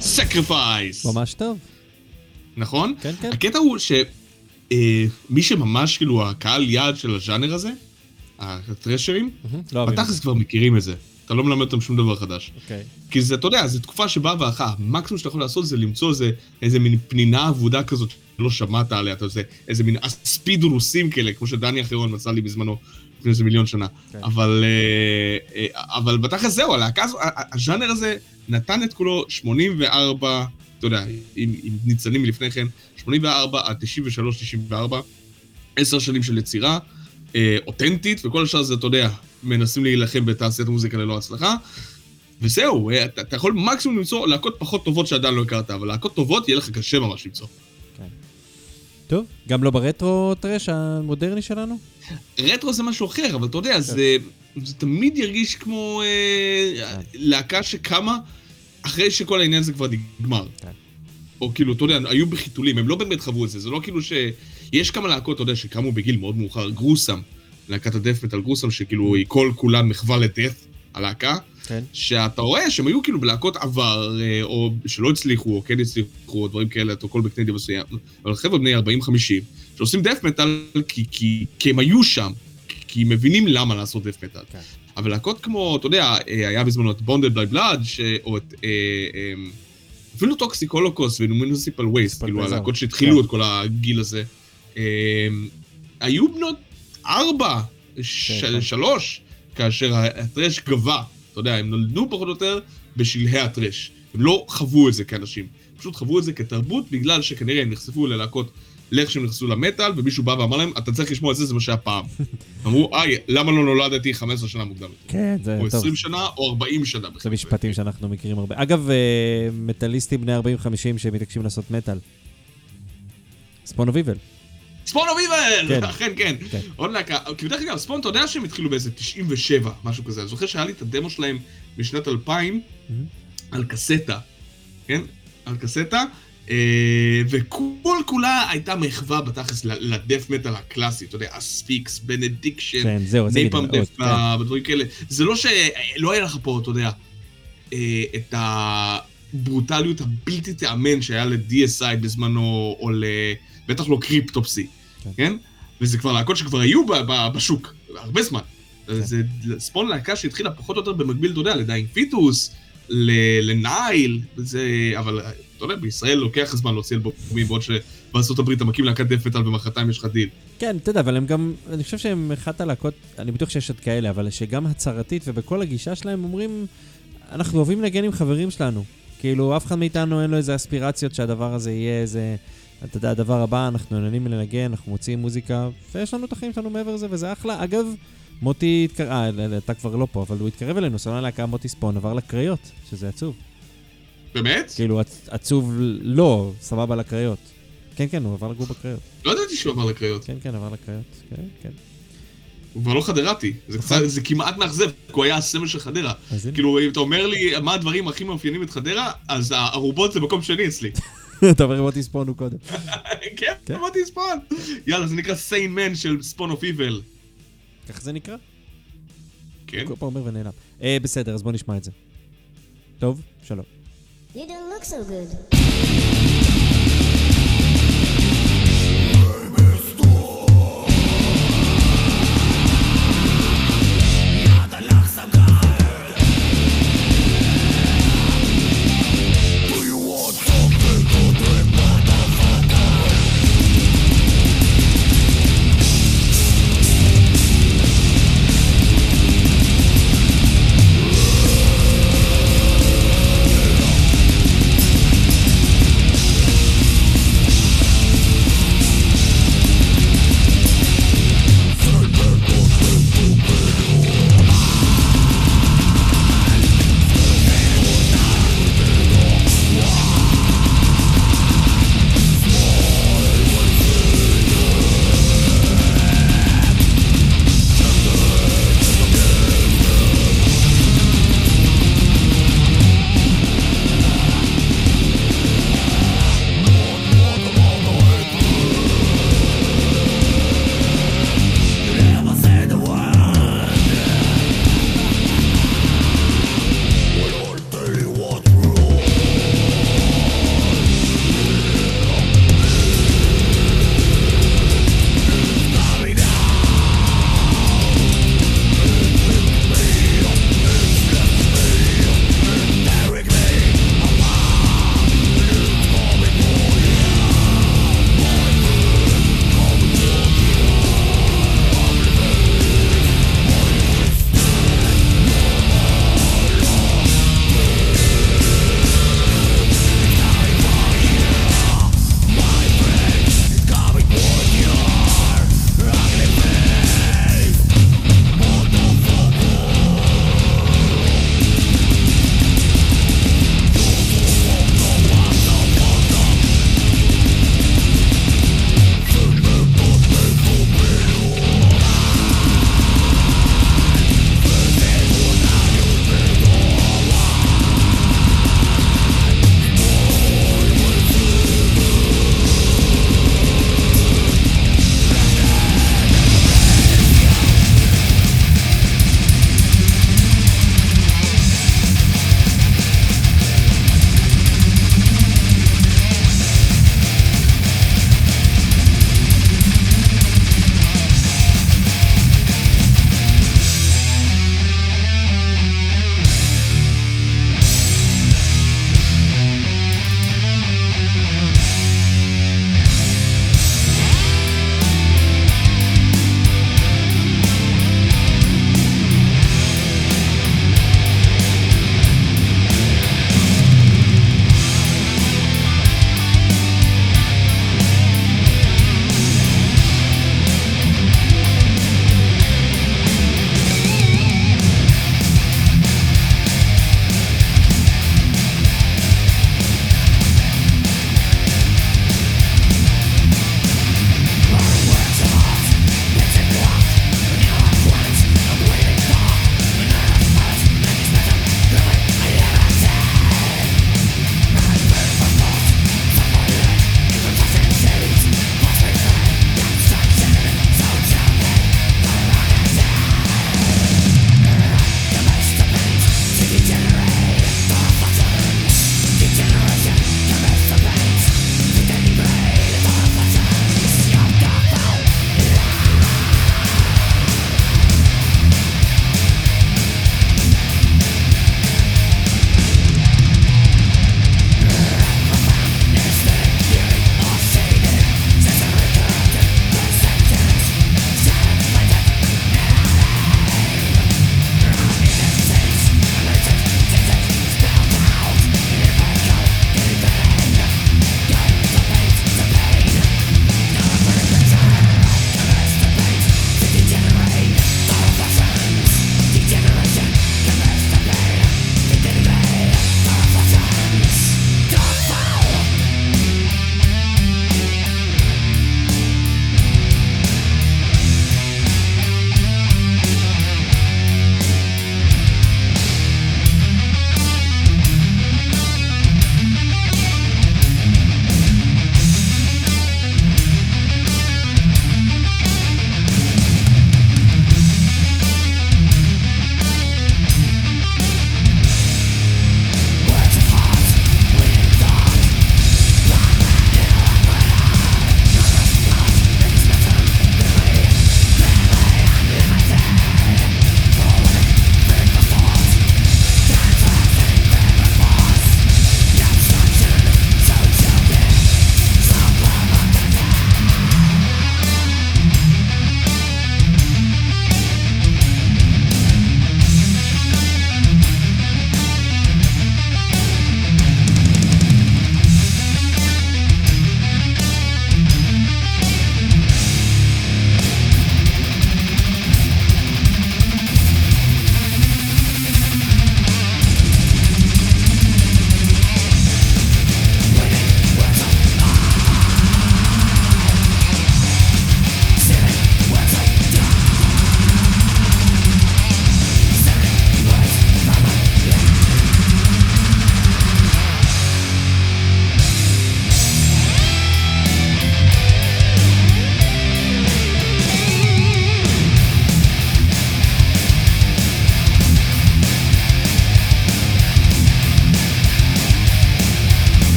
Sacrifice. ממש טוב. נכון? כן, כן. הקטע הוא שמי שממש כאילו הקהל יעד של הז'אנר הזה, הטרשרים, בתכלס כבר מכירים את זה. אתה לא מלמד אותם שום דבר חדש. כי זה, אתה יודע, זו תקופה שבאה והלכה, המקסימום שאתה יכול לעשות זה למצוא איזה מין פנינה עבודה כזאת שלא שמעת עליה, אתה יודע, איזה מין ספיד רוסים כאלה, כמו שדני אחרון מצא לי בזמנו, לפני איזה מיליון שנה. אבל בתכלס זהו, הז'אנר הזה נתן את כולו 84, אתה יודע, עם ניצנים מלפני כן, 84 עד 93, 94, 10 שנים של יצירה, אותנטית, וכל השאר זה, אתה יודע, מנסים להילחם בתעשיית המוזיקה ללא הצלחה, וזהו, אתה יכול מקסימום למצוא להקות פחות טובות שעדיין לא הכרת, אבל להקות טובות יהיה לך קשה ממש למצוא. כן. טוב, גם לא ברטרו טרש המודרני שלנו? רטרו זה משהו אחר, אבל אתה יודע, זה תמיד ירגיש כמו להקה שקמה אחרי שכל העניין הזה כבר נגמר. כן. או כאילו, אתה יודע, היו בחיתולים, הם לא באמת חוו את זה, זה לא כאילו יש כמה להקות, אתה יודע, שקמו בגיל מאוד מאוחר, גרוסם, להקת הדף מטל גרוסם, שכאילו היא כל כולה מחווה לדף, הלהקה, כן. שאתה רואה שהם היו כאילו בלהקות עבר, או שלא הצליחו, או כן הצליחו, או דברים כאלה, או כל בקנדיה מסוים, אבל חבר'ה בני 40-50, שעושים דף מטל כי הם היו שם, כי הם מבינים למה לעשות דף מטל. כן. אבל להקות כמו, אתה יודע, היה בזמנו את בונדד בליי בלאד, או את אפילו טוקסיק הולוקוסט ומוניציפל וייסט, כאילו הלהקות שהתחילו את כל הגיל הזה, היו בנות 4, 3, כאשר הטרש גבה, אתה יודע, הם נולדו פחות או יותר בשלהי הטרש. הם לא חוו את זה כאנשים, פשוט חוו את זה כתרבות, בגלל שכנראה הם נחשפו ללהקות לאיך שהם נכנסו למטל, ומישהו בא ואמר להם, אתה צריך לשמוע את זה, זה מה שהיה פעם. אמרו, למה לא נולדתי 15 שנה מוקדם? כן, זה טוב. או 20 שנה או 40 שנה. זה משפטים שאנחנו מכירים הרבה. אגב, מטליסטים בני 40-50 שמתעקשים לעשות מטל. ספון אוף איבל. ספון אוף איבל! אכן, כן. עוד להקה. כי בדרך כלל, ספון, אתה יודע שהם התחילו באיזה 97, משהו כזה. אני זוכר שהיה לי את הדמו שלהם בשנת 2000, על קסטה. כן? על קסטה. וכל כולה הייתה מחווה בתכלס לדף מטל הקלאסי, אתה יודע, אספיקס, בנדיקשן, נייפאם דף, בדברים כאלה. זה לא שלא היה לך פה, אתה יודע, את הברוטליות הבלתי תאמן שהיה ל-DSI בזמנו, או בטח לא קריפטופסי, כן? וזה כבר להקות שכבר היו בשוק, הרבה זמן. זה ספון להקה שהתחילה פחות או יותר במקביל, אתה יודע, לדיינג פיטוס, לנייל, אבל אתה יודע, בישראל לוקח זמן להוציא אלבומים, בעוד שבארצות הברית אתה מקים להקת דף מטל ומחרתיים יש לך דיל. כן, אתה יודע, אבל הם גם, אני חושב שהם אחת הלהקות, אני בטוח שיש עוד כאלה, אבל שגם הצהרתית ובכל הגישה שלהם אומרים, אנחנו אוהבים לנגן עם חברים שלנו. כאילו, אף אחד מאיתנו אין לו איזה אספירציות שהדבר הזה יהיה איזה, אתה יודע, הדבר הבא, אנחנו נהנים לנגן, אנחנו מוציאים מוזיקה, ויש לנו את החיים שלנו מעבר לזה, וזה אחלה. אגב, מוטי אתה כבר לא פה, אבל הוא התקרב אלינו, סולן להקה מוטי ספון, עבר לקריות, שזה עצוב. באמת? כאילו, עצוב לא, סבבה לקריות. כן, כן, הוא עבר לגור בקריות. לא ידעתי שהוא עבר לקריות. כן, כן, עבר לקריות, כן, כן. הוא כבר לא חדרתי, זה כמעט מאכזב, כי הוא היה הסמל של חדרה. כאילו, אם אתה אומר לי מה הדברים הכי מאפיינים את חדרה, אז הערובות זה מקום שני אצלי. אתה אומר מוטי ספון הוא קודם. כן, מוטי ספון. יאללה, זה נקרא סיין מן של ספון אוף איבל. כך זה נקרא? כן. כל פעם אומר ונעלם. בסדר, אז בוא נשמע את זה. טוב, שלום. You don't look so good. You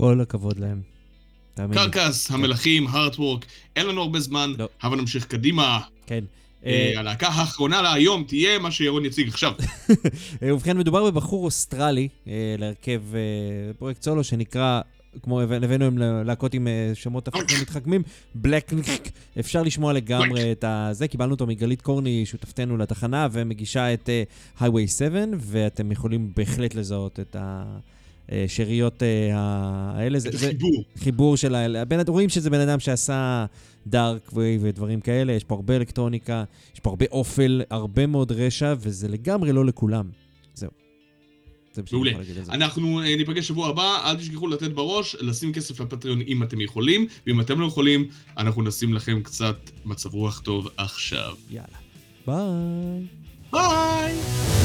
כל הכבוד להם. קרקס, המלכים, הארטוורק, אין לנו הרבה זמן, אבל נמשיך קדימה. כן. הלהקה האחרונה להיום תהיה מה שירון יציג עכשיו. ובכן, מדובר בבחור אוסטרלי, להרכב פרויקט סולו שנקרא, כמו הבאנו עם להקות עם שמות הפכים מתחכמים, בלק, אפשר לשמוע לגמרי את זה, קיבלנו אותו מגלית קורני, שותפתנו לתחנה, ומגישה את Highway 7, ואתם יכולים בהחלט לזהות את השאריות האלה. את החיבור. חיבור של רואים שזה בן אדם שעשה דארק ודברים כאלה, יש פה הרבה אלקטרוניקה, יש פה הרבה אופל, הרבה מאוד רשע, וזה לגמרי לא לכולם. זהו. מעולה. אנחנו ניפגש שבוע הבא, אל תשכחו לתת בראש, לשים כסף לפטריון אם אתם יכולים, ואם אתם לא יכולים, אנחנו נשים לכם קצת מצב רוח טוב עכשיו. יאללה. ביי. ביי!